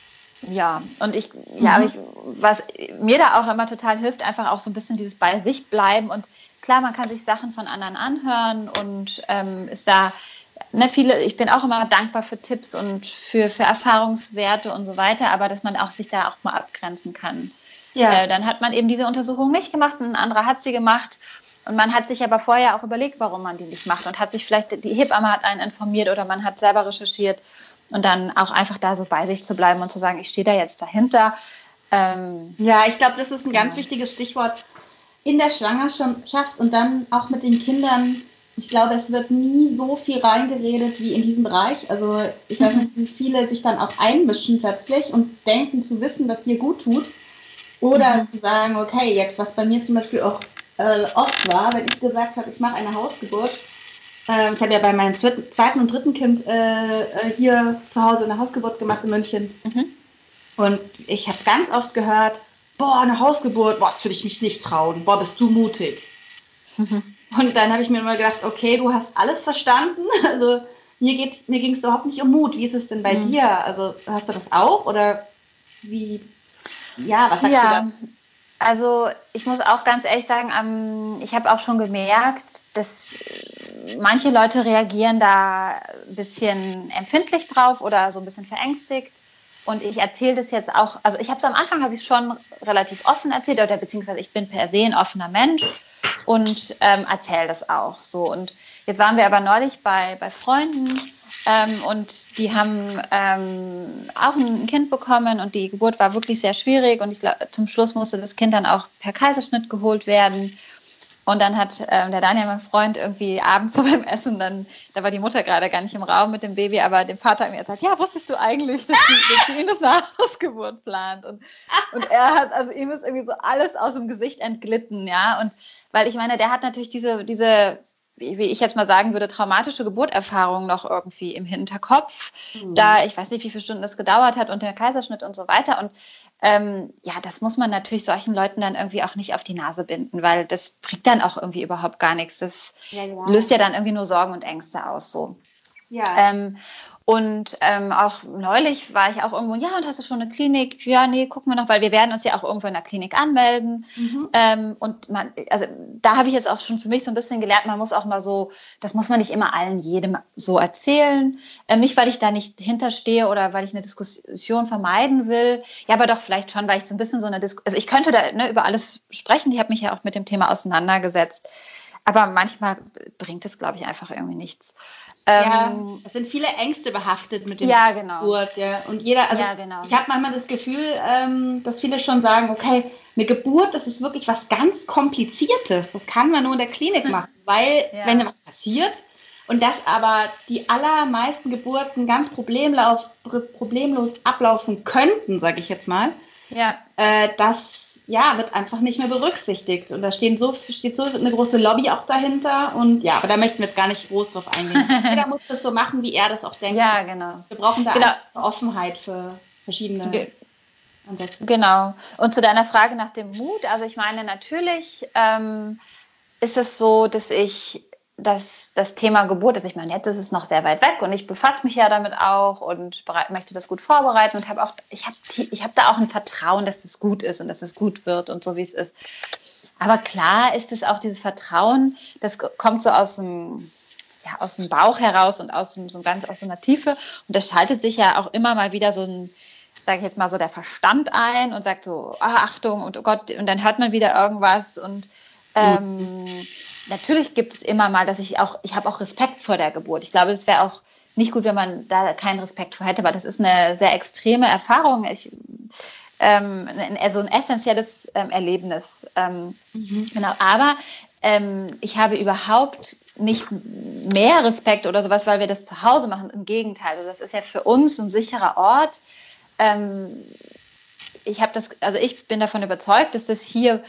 Ja, und ich, ja, mhm. ich, was mir da auch immer total hilft, einfach auch so ein bisschen dieses bei sich bleiben und klar, man kann sich Sachen von anderen anhören und ähm, ist da, ne, viele, ich bin auch immer dankbar für Tipps und für, für Erfahrungswerte und so weiter, aber dass man auch sich da auch mal abgrenzen kann. Ja. Äh, dann hat man eben diese Untersuchung nicht gemacht, ein anderer hat sie gemacht und man hat sich aber vorher auch überlegt, warum man die nicht macht und hat sich vielleicht, die Hebamme hat einen informiert oder man hat selber recherchiert. Und dann auch einfach da so bei sich zu bleiben und zu sagen, ich stehe da jetzt dahinter. Ähm, ja, ich glaube, das ist ein genau. ganz wichtiges Stichwort in der Schwangerschaft und dann auch mit den Kindern. Ich glaube, es wird nie so viel reingeredet wie in diesem Bereich. Also ich weiß nicht, wie viele sich dann auch einmischen plötzlich und denken zu wissen, was dir gut tut. Oder mhm. zu sagen, okay, jetzt was bei mir zum Beispiel auch äh, oft war, wenn ich gesagt habe, ich mache eine Hausgeburt. Ich habe ja bei meinem zweiten und dritten Kind äh, hier zu Hause eine Hausgeburt gemacht in München. Mhm. Und ich habe ganz oft gehört, boah, eine Hausgeburt, boah, das würde ich mich nicht trauen. Boah, bist du mutig. Mhm. Und dann habe ich mir immer gedacht, okay, du hast alles verstanden. Also mir, geht's, mir ging es überhaupt nicht um Mut. Wie ist es denn bei mhm. dir? Also hast du das auch? Oder wie, ja, was sagst ja. du da? Also ich muss auch ganz ehrlich sagen, ich habe auch schon gemerkt, dass manche Leute reagieren da ein bisschen empfindlich drauf oder so ein bisschen verängstigt. Und ich erzähle das jetzt auch, also ich habe es am Anfang, habe ich es schon relativ offen erzählt, oder beziehungsweise ich bin per se ein offener Mensch und ähm, erzähle das auch so. Und jetzt waren wir aber neulich bei, bei Freunden ähm, und die haben ähm, auch ein Kind bekommen und die Geburt war wirklich sehr schwierig und ich glaube, zum Schluss musste das Kind dann auch per Kaiserschnitt geholt werden. Und dann hat ähm, der Daniel, mein Freund, irgendwie abends so beim Essen, dann, da war die Mutter gerade gar nicht im Raum mit dem Baby, aber dem Vater hat mir gesagt, ja, wusstest du eigentlich, dass die, die Ines eine Hausgeburt plant? Und, und er hat, also ihm ist irgendwie so alles aus dem Gesicht entglitten, ja. Und weil ich meine, der hat natürlich diese, diese, wie ich jetzt mal sagen würde, traumatische Geburterfahrung noch irgendwie im Hinterkopf. Mhm. Da, ich weiß nicht, wie viele Stunden das gedauert hat und der Kaiserschnitt und so weiter. Und Ähm, ja, das muss man natürlich solchen Leuten dann irgendwie auch nicht auf die Nase binden, weil das bringt dann auch irgendwie überhaupt gar nichts. Das ja, ja. löst ja dann irgendwie nur Sorgen und Ängste aus. So. Ja. Ähm, und ähm, auch neulich war ich auch irgendwo, ja, und hast du schon eine Klinik? Ja, nee, gucken wir noch, weil wir werden uns ja auch irgendwo in der Klinik anmelden. Mhm. Ähm, und man, also da habe ich jetzt auch schon für mich so ein bisschen gelernt, man muss auch mal so, das muss man nicht immer allen, jedem so erzählen. Ähm, nicht, weil ich da nicht hinterstehe oder weil ich eine Diskussion vermeiden will. Ja, aber doch vielleicht schon, weil ich so ein bisschen so eine Diskussion, also ich könnte da ne, über alles sprechen, ich habe mich ja auch mit dem Thema auseinandergesetzt. Aber manchmal bringt es, glaube ich, einfach irgendwie nichts. Ja, es sind viele Ängste behaftet mit dem ja, genau. Geburt. Ja. Und jeder, also ja, genau. ich habe manchmal das Gefühl, ähm, dass viele schon sagen, okay, eine Geburt, das ist wirklich was ganz Kompliziertes. Das kann man nur in der Klinik machen, weil ja. wenn was passiert und dass aber die allermeisten Geburten ganz problemlos, problemlos ablaufen könnten, sage ich jetzt mal, ja. äh, das ja, wird einfach nicht mehr berücksichtigt. Und da stehen so, steht so eine große Lobby auch dahinter. Und ja, aber da möchten wir jetzt gar nicht groß drauf eingehen. Jeder muss das so machen, wie er das auch denkt. Ja, genau. Wir brauchen da genau. eine Offenheit für verschiedene Ge- Ansätze. Genau. Und zu deiner Frage nach dem Mut. Also ich meine, natürlich ähm, ist es so, dass ich das, das Thema Geburt, also ich meine, jetzt ist es noch sehr weit weg und ich befasse mich ja damit auch und bereit, möchte das gut vorbereiten und habe auch, ich habe ich hab da auch ein Vertrauen, dass es gut ist und dass es gut wird und so, wie es ist. Aber klar ist es auch dieses Vertrauen, das kommt so aus dem, ja, aus dem Bauch heraus und aus, so ganz aus so einer Tiefe. Und da schaltet sich ja auch immer mal wieder so ein, sage ich jetzt mal so, der Verstand ein und sagt so, ah, Achtung und oh Gott, und dann hört man wieder irgendwas. Und ähm, mhm. natürlich gibt es immer mal, dass ich auch, ich habe auch Respekt vor der Geburt. Ich glaube, es wäre auch nicht gut, wenn man da keinen Respekt vor hätte, weil das ist eine sehr extreme Erfahrung. Ich, ähm, also ein essentielles ähm, Erlebnis. Ähm, mhm. Genau, aber ähm, ich habe überhaupt nicht mehr Respekt oder sowas, weil wir das zu Hause machen. Im Gegenteil, also das ist ja für uns ein sicherer Ort. Ähm, ich habe das, also ich bin davon überzeugt, dass das hier,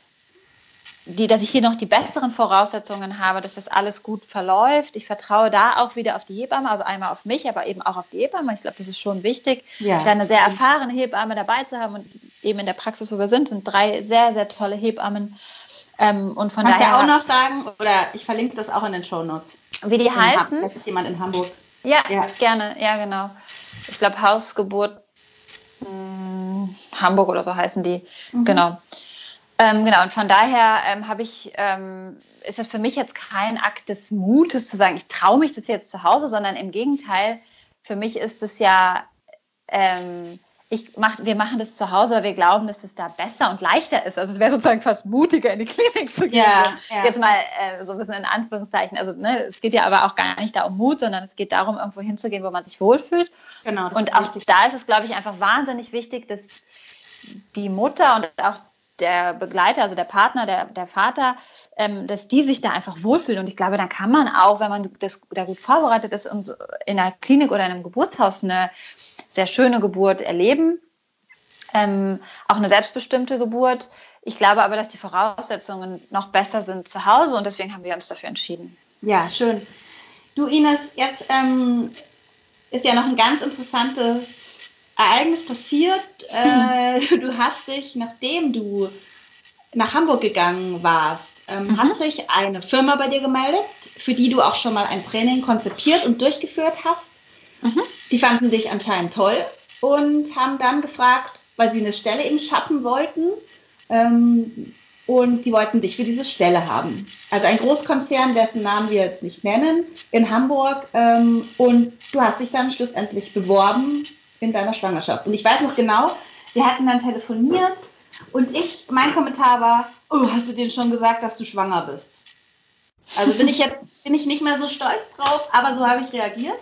die, dass ich hier noch die besseren Voraussetzungen habe, dass das alles gut verläuft. Ich vertraue da auch wieder auf die Hebamme, also einmal auf mich, aber eben auch auf die Hebamme. Ich glaube, das ist schon wichtig, ja. da eine sehr erfahrene Hebamme dabei zu haben. Und eben in der Praxis, wo wir sind, sind drei sehr, sehr tolle Hebammen. Ähm, und von Kannst daher ja auch noch sagen, oder ich verlinke das auch in den Shownotes. Wie die heißen? Das ist jemand in Hamburg. Ja, ja. gerne, ja genau. Ich glaube Hausgeburt mh, Hamburg oder so heißen die. Mhm. Genau. Ähm, genau, und von daher ähm, habe ich, ähm, ist das für mich jetzt kein Akt des Mutes zu sagen, ich traue mich das jetzt zu Hause, sondern im Gegenteil, für mich ist es ja, ähm, ich mach, wir machen das zu Hause, weil wir glauben, dass es da besser und leichter ist. Also es wäre sozusagen fast mutiger, in die Klinik zu gehen. Ja, ja. Jetzt mal äh, so ein bisschen in Anführungszeichen. Also ne, es geht ja aber auch gar nicht da um Mut, sondern es geht darum, irgendwo hinzugehen, wo man sich wohlfühlt. Genau. Und auch wichtig. Da ist es, glaube ich, einfach wahnsinnig wichtig, dass die Mutter und auch der Begleiter, also der Partner, der, der Vater, ähm, dass die sich da einfach wohlfühlen. Und ich glaube, dann kann man auch, wenn man das, da gut vorbereitet ist und in einer Klinik oder in einem Geburtshaus eine sehr schöne Geburt erleben, ähm, auch eine selbstbestimmte Geburt. Ich glaube aber, dass die Voraussetzungen noch besser sind zu Hause und deswegen haben wir uns dafür entschieden. Ja, schön. Du Ines, jetzt ähm, ist ja noch ein ganz interessantes Ereignis passiert. Hm. Äh, du hast dich, nachdem du nach Hamburg gegangen warst, ähm, mhm. hat sich eine Firma bei dir gemeldet, für die du auch schon mal ein Training konzipiert und durchgeführt hast. Mhm. Die fanden dich anscheinend toll und haben dann gefragt, weil sie eine Stelle eben schaffen wollten, ähm, und die wollten dich für diese Stelle haben. Also ein Großkonzern, dessen Namen wir jetzt nicht nennen, in Hamburg, ähm, und du hast dich dann schlussendlich beworben in deiner Schwangerschaft. Und ich weiß noch genau, wir hatten dann telefoniert und ich, mein Kommentar war, oh, hast du denen schon gesagt, dass du schwanger bist? Also bin ich jetzt, bin ich nicht mehr so stolz drauf, aber so habe ich reagiert.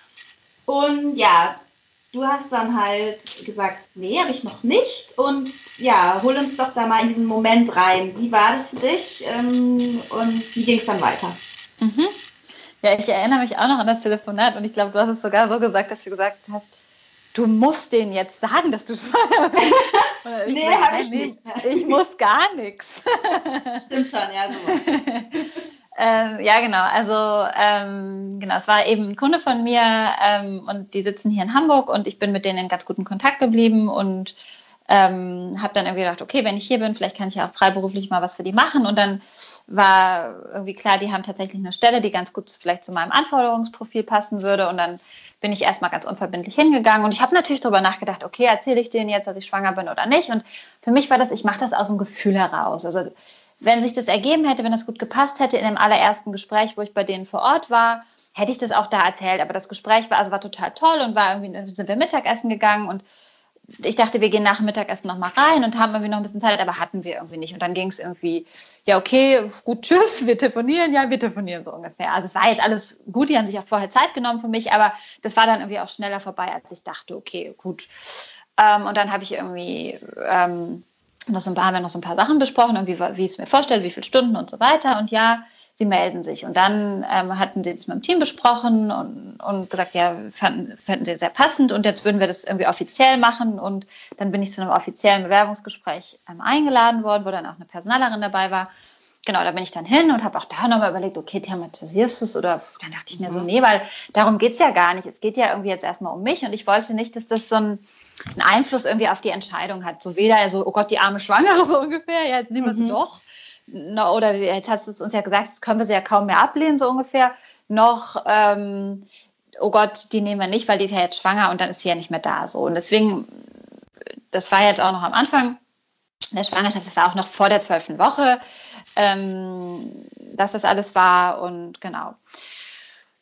Und ja, du hast dann halt gesagt, nee, habe ich noch nicht. Und ja, hol uns doch da mal in diesen Moment rein. Wie war das für dich ähm, und wie ging es dann weiter? Mhm. Ja, ich erinnere mich auch noch an das Telefonat und ich glaube, du hast es sogar so gesagt, dass du gesagt hast, du musst denen jetzt sagen, dass du schwanger bist. Nee, habe ich nicht. Ich muss gar nichts. Stimmt schon, ja, so. ähm, ja, genau. Also, ähm, genau, es war eben ein Kunde von mir ähm, und die sitzen hier in Hamburg und ich bin mit denen in ganz guten Kontakt geblieben und ähm, habe dann irgendwie gedacht, okay, wenn ich hier bin, vielleicht kann ich ja auch freiberuflich mal was für die machen. Und dann war irgendwie klar, die haben tatsächlich eine Stelle, die ganz gut vielleicht zu meinem Anforderungsprofil passen würde. Und dann bin ich erstmal ganz unverbindlich hingegangen. Und ich habe natürlich darüber nachgedacht, okay, erzähle ich denen jetzt, dass ich schwanger bin oder nicht? Und für mich war das, ich mache das aus dem Gefühl heraus. Also wenn sich das ergeben hätte, wenn das gut gepasst hätte in dem allerersten Gespräch, wo ich bei denen vor Ort war, hätte ich das auch da erzählt. Aber das Gespräch war, also war total toll und war irgendwie, sind wir Mittagessen gegangen und ich dachte, wir gehen nach dem Mittagessen noch mal rein und haben irgendwie noch ein bisschen Zeit, aber hatten wir irgendwie nicht. Und dann ging es irgendwie, ja okay, gut, tschüss, wir telefonieren, ja, wir telefonieren so ungefähr. Also es war jetzt alles gut, die haben sich auch vorher Zeit genommen für mich, aber das war dann irgendwie auch schneller vorbei, als ich dachte, okay, gut. Ähm, und dann habe ich irgendwie ähm, noch so ein paar, haben wir noch so ein paar Sachen besprochen, irgendwie, wie ich es mir vorstelle, wie viele Stunden und so weiter. Und ja, sie melden sich. Und dann ähm, hatten sie das mit dem Team besprochen und, und gesagt, ja, fanden, fanden sie sehr passend und jetzt würden wir das irgendwie offiziell machen. Und dann bin ich zu einem offiziellen Bewerbungsgespräch ähm, eingeladen worden, wo dann auch eine Personalerin dabei war. Genau, da bin ich dann hin und habe auch da nochmal überlegt, okay, thematisierst du es? Oder dann dachte ich mir so, nee, weil darum geht es ja gar nicht. Es geht ja irgendwie jetzt erstmal um mich und ich wollte nicht, dass das so ein einen Einfluss irgendwie auf die Entscheidung hat. So weder so, oh Gott, die arme Schwangere so ungefähr, ja, jetzt nehmen wir sie mhm. doch. No, oder jetzt hat es uns ja gesagt, das können wir sie ja kaum mehr ablehnen, so ungefähr. Noch, ähm, oh Gott, die nehmen wir nicht, weil die ist ja jetzt schwanger und dann ist sie ja nicht mehr da. So. Und deswegen, das war jetzt auch noch am Anfang der Schwangerschaft, das war auch noch vor der zwölften Woche, ähm, dass das alles war und genau.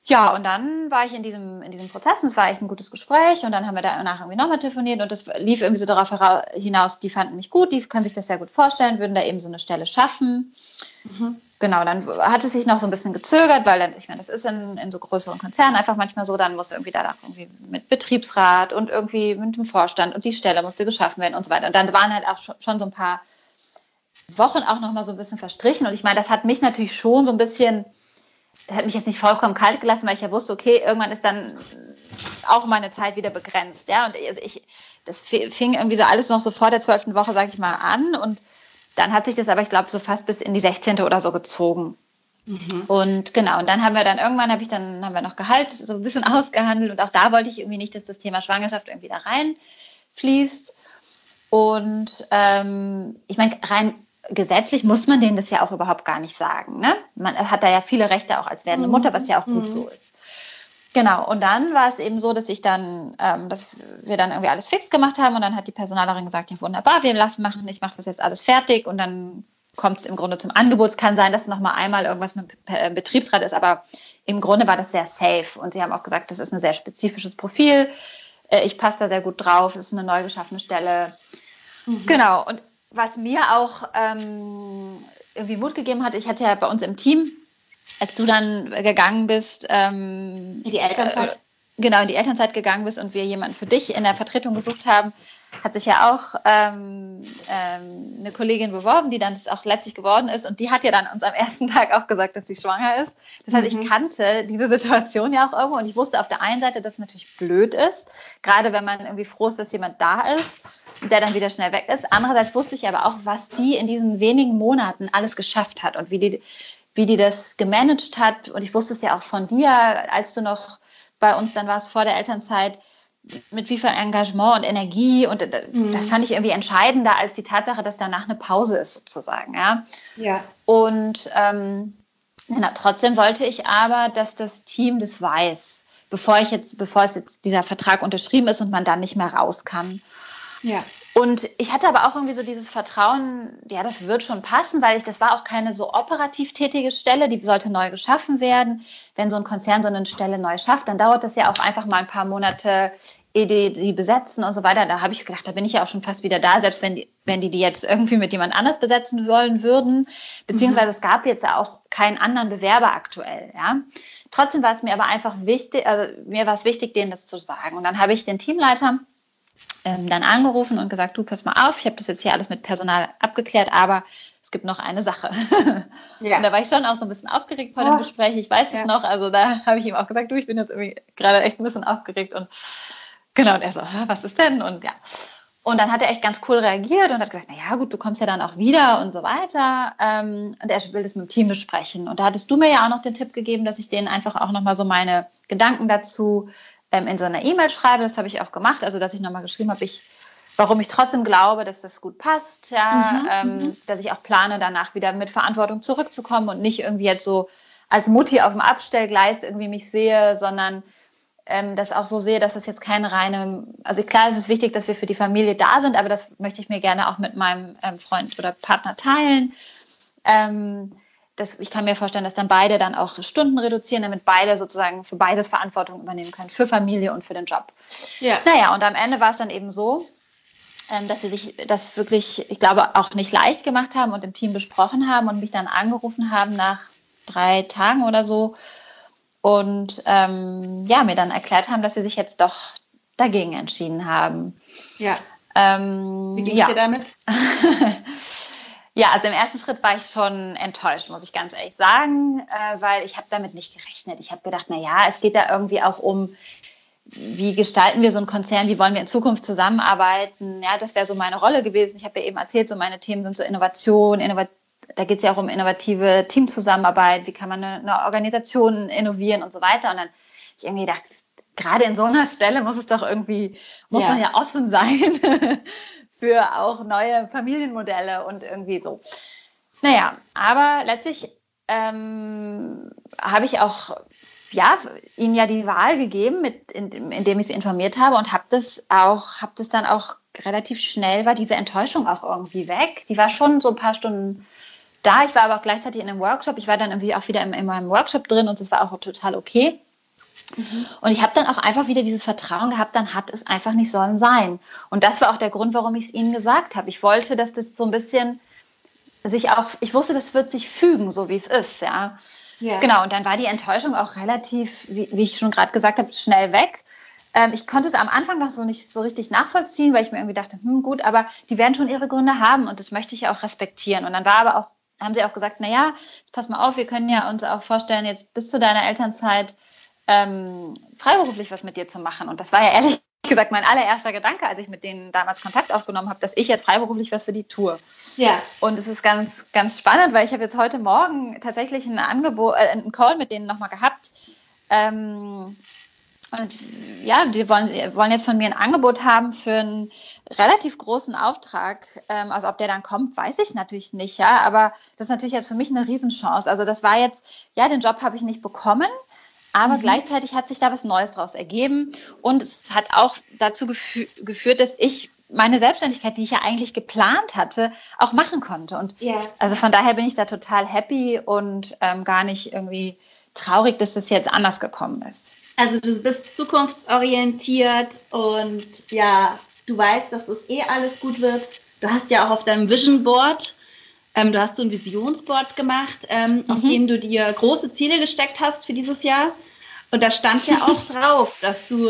Ja, und dann war ich in diesem, in diesem Prozess und es war echt ein gutes Gespräch und dann haben wir danach irgendwie nochmal telefoniert und das lief irgendwie so darauf hinaus, die fanden mich gut, die können sich das sehr gut vorstellen, würden da eben so eine Stelle schaffen. Mhm. Genau, dann hat es sich noch so ein bisschen gezögert, weil dann, ich meine, das ist in, in so größeren Konzernen einfach manchmal so, dann musste irgendwie danach irgendwie mit Betriebsrat und irgendwie mit dem Vorstand und die Stelle musste geschaffen werden und so weiter. Und dann waren halt auch schon, schon so ein paar Wochen auch nochmal so ein bisschen verstrichen und ich meine, das hat mich natürlich schon so ein bisschen... Das hat mich jetzt nicht vollkommen kalt gelassen, weil ich ja wusste, okay, irgendwann ist dann auch meine Zeit wieder begrenzt. Ja? Und ich, das fing irgendwie so alles noch so vor der zwölften Woche, sag ich mal, an. Und dann hat sich das aber, ich glaube, so fast bis in die sechzehnte oder so gezogen. Mhm. Und genau, und dann haben wir dann irgendwann, habe ich dann, haben wir noch Gehalt so ein bisschen ausgehandelt. Und auch da wollte ich irgendwie nicht, dass das Thema Schwangerschaft irgendwie da reinfließt. Und ähm, ich meine, rein gesetzlich muss man denen das ja auch überhaupt gar nicht sagen. Ne? Man hat da ja viele Rechte auch als werdende Mutter, was ja auch gut mhm. so ist. Genau, und dann war es eben so, dass ich dann, ähm, dass wir dann irgendwie alles fix gemacht haben und dann hat die Personalerin gesagt, ja wunderbar, wir lassen machen, ich mache das jetzt alles fertig und dann kommt es im Grunde zum Angebot. Es kann sein, dass noch mal einmal irgendwas mit dem Betriebsrat ist, aber im Grunde war das sehr safe und sie haben auch gesagt, das ist ein sehr spezifisches Profil, äh, ich passe da sehr gut drauf, es ist eine neu geschaffene Stelle. Mhm. Genau, und was mir auch ähm, irgendwie Mut gegeben hat, ich hatte ja bei uns im Team, als du dann gegangen bist, ähm, in die Elternzeit. Äh, genau, in die Elternzeit gegangen bist und wir jemanden für dich in der Vertretung gesucht haben, hat sich ja auch ähm, ähm, eine Kollegin beworben, die dann das auch letztlich geworden ist und die hat ja dann uns am ersten Tag auch gesagt, dass sie schwanger ist. Das heißt, mhm. ich kannte diese Situation ja auch irgendwo und ich wusste auf der einen Seite, dass es natürlich blöd ist, gerade wenn man irgendwie froh ist, dass jemand da ist, der dann wieder schnell weg ist. Andererseits wusste ich aber auch, was die in diesen wenigen Monaten alles geschafft hat und wie die, wie die das gemanagt hat. Und ich wusste es ja auch von dir, als du noch bei uns dann warst vor der Elternzeit, mit wie viel Engagement und Energie. Und mhm. das fand ich irgendwie entscheidender als die Tatsache, dass danach eine Pause ist, sozusagen. Ja. ja. Und ähm, na, trotzdem wollte ich aber, dass das Team das weiß, bevor ich jetzt, bevor es jetzt dieser Vertrag unterschrieben ist und man dann nicht mehr raus kann. Ja. Und ich hatte aber auch irgendwie so dieses Vertrauen, ja, das wird schon passen, weil ich, das war auch keine so operativ tätige Stelle, die sollte neu geschaffen werden. Wenn so ein Konzern so eine Stelle neu schafft, dann dauert das ja auch einfach mal ein paar Monate, ehe die, die besetzen und so weiter. Da habe ich gedacht, da bin ich ja auch schon fast wieder da, selbst wenn die, wenn die die jetzt irgendwie mit jemand anders besetzen wollen würden. Beziehungsweise mhm. es gab jetzt auch keinen anderen Bewerber aktuell, ja. Trotzdem war es mir aber einfach wichtig, also mir war es wichtig, denen das zu sagen. Und dann habe ich den Teamleiter Ähm, dann angerufen und gesagt, du, pass mal auf, ich habe das jetzt hier alles mit Personal abgeklärt, aber es gibt noch eine Sache. Ja. Und da war ich schon auch so ein bisschen aufgeregt vor oh. dem Gespräch, ich weiß ja. es noch, also da habe ich ihm auch gesagt, du, ich bin jetzt irgendwie gerade echt ein bisschen aufgeregt und genau, und er so, was ist denn? Und ja, und dann hat er echt ganz cool reagiert und hat gesagt, naja gut, du kommst ja dann auch wieder und so weiter ähm, und er will das mit dem Team besprechen und da hattest du mir ja auch noch den Tipp gegeben, dass ich denen einfach auch nochmal so meine Gedanken dazu in so einer E-Mail schreibe, das habe ich auch gemacht, also dass ich nochmal geschrieben habe, ich, warum ich trotzdem glaube, dass das gut passt, ja, mhm, ähm, dass ich auch plane, danach wieder mit Verantwortung zurückzukommen und nicht irgendwie jetzt so als Mutti auf dem Abstellgleis irgendwie mich sehe, sondern ähm, das auch so sehe, dass das jetzt keine reine, also klar ist es wichtig, dass wir für die Familie da sind, aber das möchte ich mir gerne auch mit meinem ähm, Freund oder Partner teilen. Ähm, Das, ich kann mir vorstellen, dass dann beide dann auch Stunden reduzieren, damit beide sozusagen für beides Verantwortung übernehmen können, für Familie und für den Job. Ja. Naja, und am Ende war es dann eben so, ähm, dass sie sich das wirklich, ich glaube, auch nicht leicht gemacht haben und im Team besprochen haben und mich dann angerufen haben nach drei Tagen oder so und ähm, ja, mir dann erklärt haben, dass sie sich jetzt doch dagegen entschieden haben. Ja. Ähm, Wie ging ja. es dir damit? Ja, also im ersten Schritt war ich schon enttäuscht, muss ich ganz ehrlich sagen, äh, weil ich habe damit nicht gerechnet. Ich habe gedacht, na ja, es geht da irgendwie auch um, wie gestalten wir so einen Konzern, wie wollen wir in Zukunft zusammenarbeiten. Ja, das wäre so meine Rolle gewesen. Ich habe ja eben erzählt, so meine Themen sind so Innovation, Innovat- da geht es ja auch um innovative Teamzusammenarbeit, wie kann man eine, eine Organisation innovieren und so weiter. Und dann habe ich irgendwie gedacht, gerade in so einer Stelle muss es doch irgendwie, muss ja. man ja offen sein für auch neue Familienmodelle und irgendwie so. Naja, aber letztlich ähm, habe ich auch ja, ihnen ja die Wahl gegeben, mit, in, indem ich sie informiert habe und habe das auch, habe das dann auch relativ schnell, war diese Enttäuschung auch irgendwie weg. Die war schon so ein paar Stunden da. Ich war aber auch gleichzeitig in einem Workshop. Ich war dann irgendwie auch wieder in, in meinem Workshop drin und das war auch total okay. Mhm. Und ich habe dann auch einfach wieder dieses Vertrauen gehabt, dann hat es einfach nicht sollen sein. Und das war auch der Grund, warum ich es ihnen gesagt habe. Ich wollte, dass das so ein bisschen sich auch, ich wusste, das wird sich fügen, so wie es ist, ja. Ja. Genau, und dann war die Enttäuschung auch relativ, wie, wie ich schon gerade gesagt habe, schnell weg. Ähm, ich konnte es am Anfang noch so nicht so richtig nachvollziehen, weil ich mir irgendwie dachte, hm, gut, aber die werden schon ihre Gründe haben und das möchte ich ja auch respektieren. Und dann war aber auch, haben sie auch gesagt, naja, jetzt pass mal auf, wir können ja uns auch vorstellen, jetzt bis zu deiner Elternzeit ähm, freiberuflich was mit dir zu machen. Und das war ja ehrlich gesagt mein allererster Gedanke, als ich mit denen damals Kontakt aufgenommen habe, dass ich jetzt freiberuflich was für die tue. Ja. Und es ist ganz, ganz spannend, weil ich habe jetzt heute Morgen tatsächlich ein Angebot, äh, einen Call mit denen nochmal gehabt. Ähm, und ja, die wollen, wollen jetzt von mir ein Angebot haben für einen relativ großen Auftrag. Ähm, also ob der dann kommt, weiß ich natürlich nicht, ja. Aber das ist natürlich jetzt für mich eine Riesenchance. Also das war jetzt, ja, den Job habe ich nicht bekommen. Aber mhm. gleichzeitig hat sich da was Neues draus ergeben und es hat auch dazu gefü- geführt, dass ich meine Selbstständigkeit, die ich ja eigentlich geplant hatte, auch machen konnte. Und ja. also von daher bin ich da total happy und ähm, gar nicht irgendwie traurig, dass das jetzt anders gekommen ist. Also du bist zukunftsorientiert und ja, du weißt, dass es eh alles gut wird. Du hast ja auch auf deinem Vision Board Ähm, du hast so ein Visionsboard gemacht, ähm, mhm. auf dem du dir große Ziele gesteckt hast für dieses Jahr. Und da stand ja auch drauf, dass du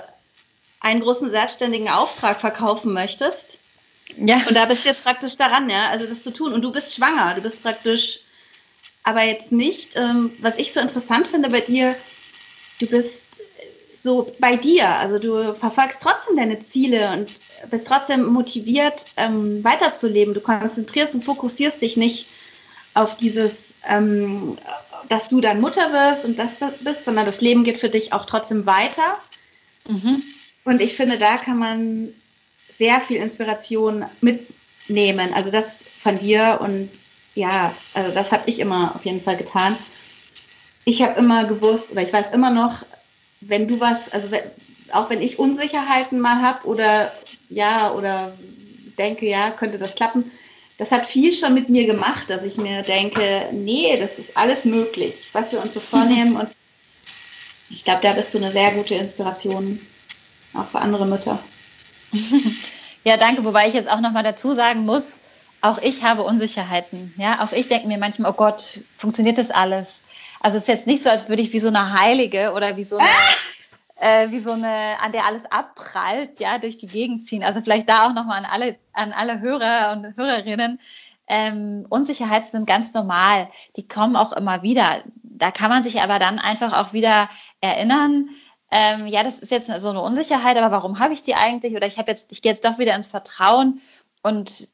einen großen selbstständigen Auftrag verkaufen möchtest. Ja. Und da bist du jetzt praktisch daran, ja, also das zu tun. Und du bist schwanger, du bist praktisch, aber jetzt nicht, ähm, was ich so interessant finde bei dir, du bist so bei dir, also du verfolgst trotzdem deine Ziele und bist trotzdem motiviert, ähm, weiterzuleben. Du konzentrierst und fokussierst dich nicht auf dieses, ähm, dass du dann Mutter wirst und das bist, sondern das Leben geht für dich auch trotzdem weiter. Mhm. Und ich finde, da kann man sehr viel Inspiration mitnehmen. Also das von dir und ja, also das habe ich immer auf jeden Fall getan. Ich habe immer gewusst, oder ich weiß immer noch, wenn du was, also wenn, auch wenn ich Unsicherheiten mal habe oder ja, oder denke, ja, könnte das klappen, das hat viel schon mit mir gemacht, dass ich mir denke, nee, das ist alles möglich, was wir uns so vornehmen. Und ich glaube, da bist du eine sehr gute Inspiration, auch für andere Mütter. Ja, danke, wobei ich jetzt auch nochmal dazu sagen muss, auch ich habe Unsicherheiten. Ja, auch ich denke mir manchmal, oh Gott, funktioniert das alles? Also es ist jetzt nicht so, als würde ich wie so eine Heilige oder wie so eine, ah! äh, wie so eine, an der alles abprallt, ja, durch die Gegend ziehen. Also vielleicht da auch nochmal an alle, an alle Hörer und Hörerinnen. Ähm, Unsicherheiten sind ganz normal. Die kommen auch immer wieder. Da kann man sich aber dann einfach auch wieder erinnern, ähm, ja, das ist jetzt so eine Unsicherheit, aber warum habe ich die eigentlich? Oder ich habe jetzt, ich gehe jetzt doch wieder ins Vertrauen und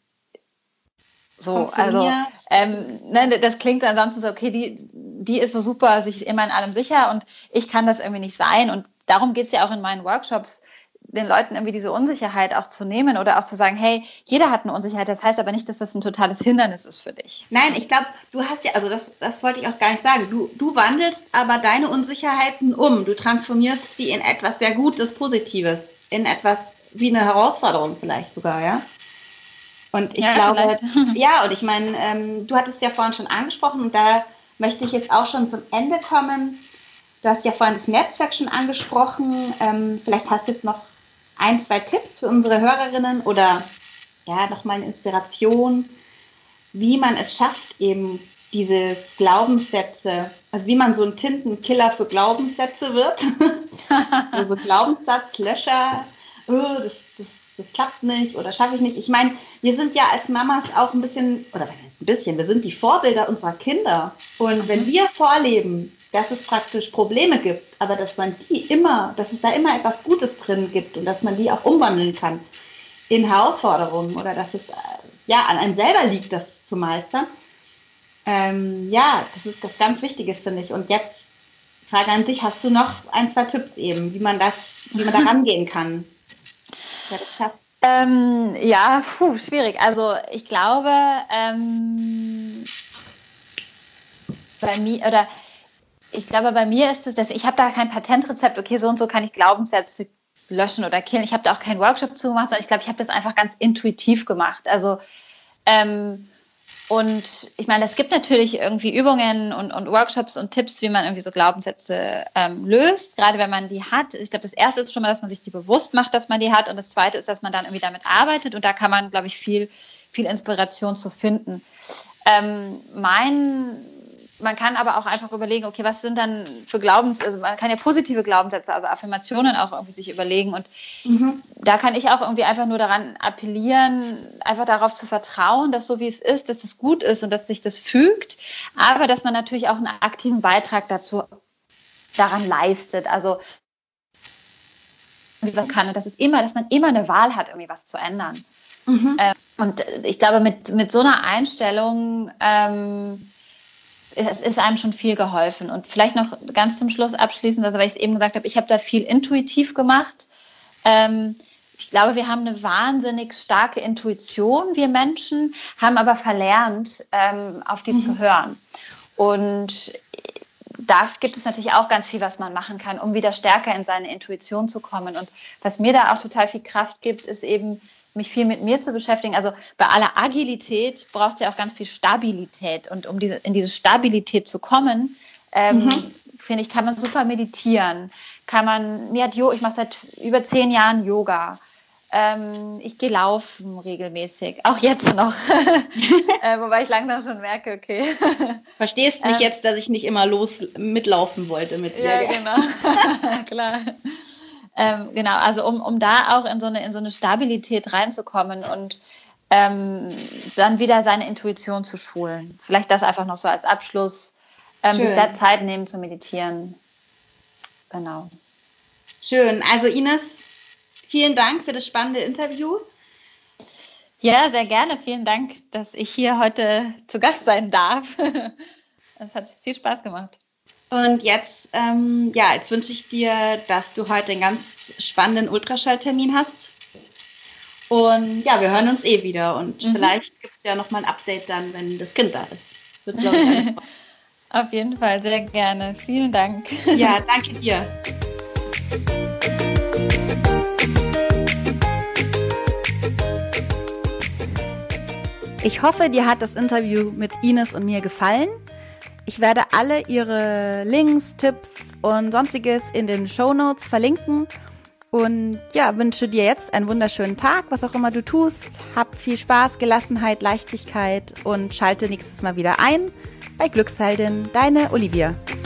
so, also ähm, ne, das klingt ansonsten so, okay, die, die ist so super, sich immer in allem sicher und ich kann das irgendwie nicht sein. Und darum geht es ja auch in meinen Workshops, den Leuten irgendwie diese Unsicherheit auch zu nehmen oder auch zu sagen, hey, jeder hat eine Unsicherheit, das heißt aber nicht, dass das ein totales Hindernis ist für dich. Nein, ich glaube, du hast ja, also das, das wollte ich auch gar nicht sagen, du, du wandelst aber deine Unsicherheiten um, du transformierst sie in etwas sehr Gutes, Positives, in etwas wie eine Herausforderung vielleicht sogar, ja? Und ich ja, glaube, ja, und ich meine, ähm, du hattest ja vorhin schon angesprochen und da möchte ich jetzt auch schon zum Ende kommen. Du hast ja vorhin das Netzwerk schon angesprochen. Ähm, vielleicht hast du jetzt noch ein, zwei Tipps für unsere Hörerinnen oder ja, nochmal eine Inspiration, wie man es schafft, eben diese Glaubenssätze, also wie man so ein Tintenkiller für Glaubenssätze wird. Also Glaubenssatzlöscher, oh, das, das das klappt nicht oder schaffe ich nicht. Ich meine, wir sind ja als Mamas auch ein bisschen, oder ein bisschen, wir sind die Vorbilder unserer Kinder. Und wenn wir vorleben, dass es praktisch Probleme gibt, aber dass man die immer, dass es da immer etwas Gutes drin gibt und dass man die auch umwandeln kann in Herausforderungen oder dass es ja an einem selber liegt, das zu meistern. Ähm, ja, das ist das ganz Wichtiges, finde ich. Und jetzt Frage an dich, hast du noch ein, zwei Tipps eben, wie man das, wie man da rangehen kann? Ja, das schafft. Ähm, ja, puh, schwierig. Also ich glaube, ähm, bei mir oder ich glaube, bei mir ist es, ich habe da kein Patentrezept, okay, so und so kann ich Glaubenssätze löschen oder killen. Ich habe da auch keinen Workshop zu gemacht, sondern ich glaube, ich habe das einfach ganz intuitiv gemacht. Also ähm, Und ich meine, es gibt natürlich irgendwie Übungen und, und Workshops und Tipps, wie man irgendwie so Glaubenssätze ähm, löst, gerade wenn man die hat. Ich glaube, das Erste ist schon mal, dass man sich die bewusst macht, dass man die hat. Und das Zweite ist, dass man dann irgendwie damit arbeitet. Und da kann man, glaube ich, viel, viel Inspiration zu finden. Ähm, mein... Man kann aber auch einfach überlegen, okay, was sind dann für Glaubenssätze, also man kann ja positive Glaubenssätze, also Affirmationen auch irgendwie sich überlegen und mhm. da kann ich auch irgendwie einfach nur daran appellieren, einfach darauf zu vertrauen, dass so wie es ist, dass es gut ist und dass sich das fügt, aber dass man natürlich auch einen aktiven Beitrag dazu daran leistet, also wie man kann und das ist immer, dass man immer eine Wahl hat, irgendwie was zu ändern. Mhm. Ähm, und ich glaube, mit, mit so einer Einstellung ähm, es ist einem schon viel geholfen. Und vielleicht noch ganz zum Schluss abschließend, also weil ich es eben gesagt habe, ich habe da viel intuitiv gemacht. Ähm, ich glaube, wir haben eine wahnsinnig starke Intuition, wir Menschen, haben aber verlernt, ähm, auf die mhm. zu hören. Und da gibt es natürlich auch ganz viel, was man machen kann, um wieder stärker in seine Intuition zu kommen. Und was mir da auch total viel Kraft gibt, ist eben, mich viel mit mir zu beschäftigen. Also bei aller Agilität brauchst du ja auch ganz viel Stabilität. Und um diese, in diese Stabilität zu kommen, ähm, mhm. finde ich, kann man super meditieren. Kann man, mir hat Jo, ich mache seit über zehn Jahren Yoga. Ähm, ich gehe laufen regelmäßig, auch jetzt noch. äh, wobei ich langsam schon merke, okay. Verstehst mich ähm, jetzt, dass ich nicht immer los mitlaufen wollte mit dir. Ja, genau. Klar. Ähm, genau, also um, um da auch in so eine, in so eine Stabilität reinzukommen und ähm, dann wieder seine Intuition zu schulen. Vielleicht das einfach noch so als Abschluss, ähm, sich da Zeit nehmen zu meditieren. Genau. Schön. Also Ines, vielen Dank für das spannende Interview. Ja, sehr gerne. Vielen Dank, dass ich hier heute zu Gast sein darf. Es hat viel Spaß gemacht. Und jetzt, ähm, ja, jetzt wünsche ich dir, dass du heute einen ganz spannenden Ultraschalltermin hast. Und ja, wir hören uns eh wieder. Und mhm. vielleicht gibt es ja nochmal ein Update dann, wenn das Kind da ist. Wird, glaube ich, auf jeden Fall, sehr gerne. Vielen Dank. Ja, danke dir. Ich hoffe, dir hat das Interview mit Ines und mir gefallen. Ich werde alle ihre Links, Tipps und Sonstiges in den Shownotes verlinken und ja, wünsche dir jetzt einen wunderschönen Tag, was auch immer du tust. Hab viel Spaß, Gelassenheit, Leichtigkeit und schalte nächstes Mal wieder ein bei Glücksheldin, deine Olivia.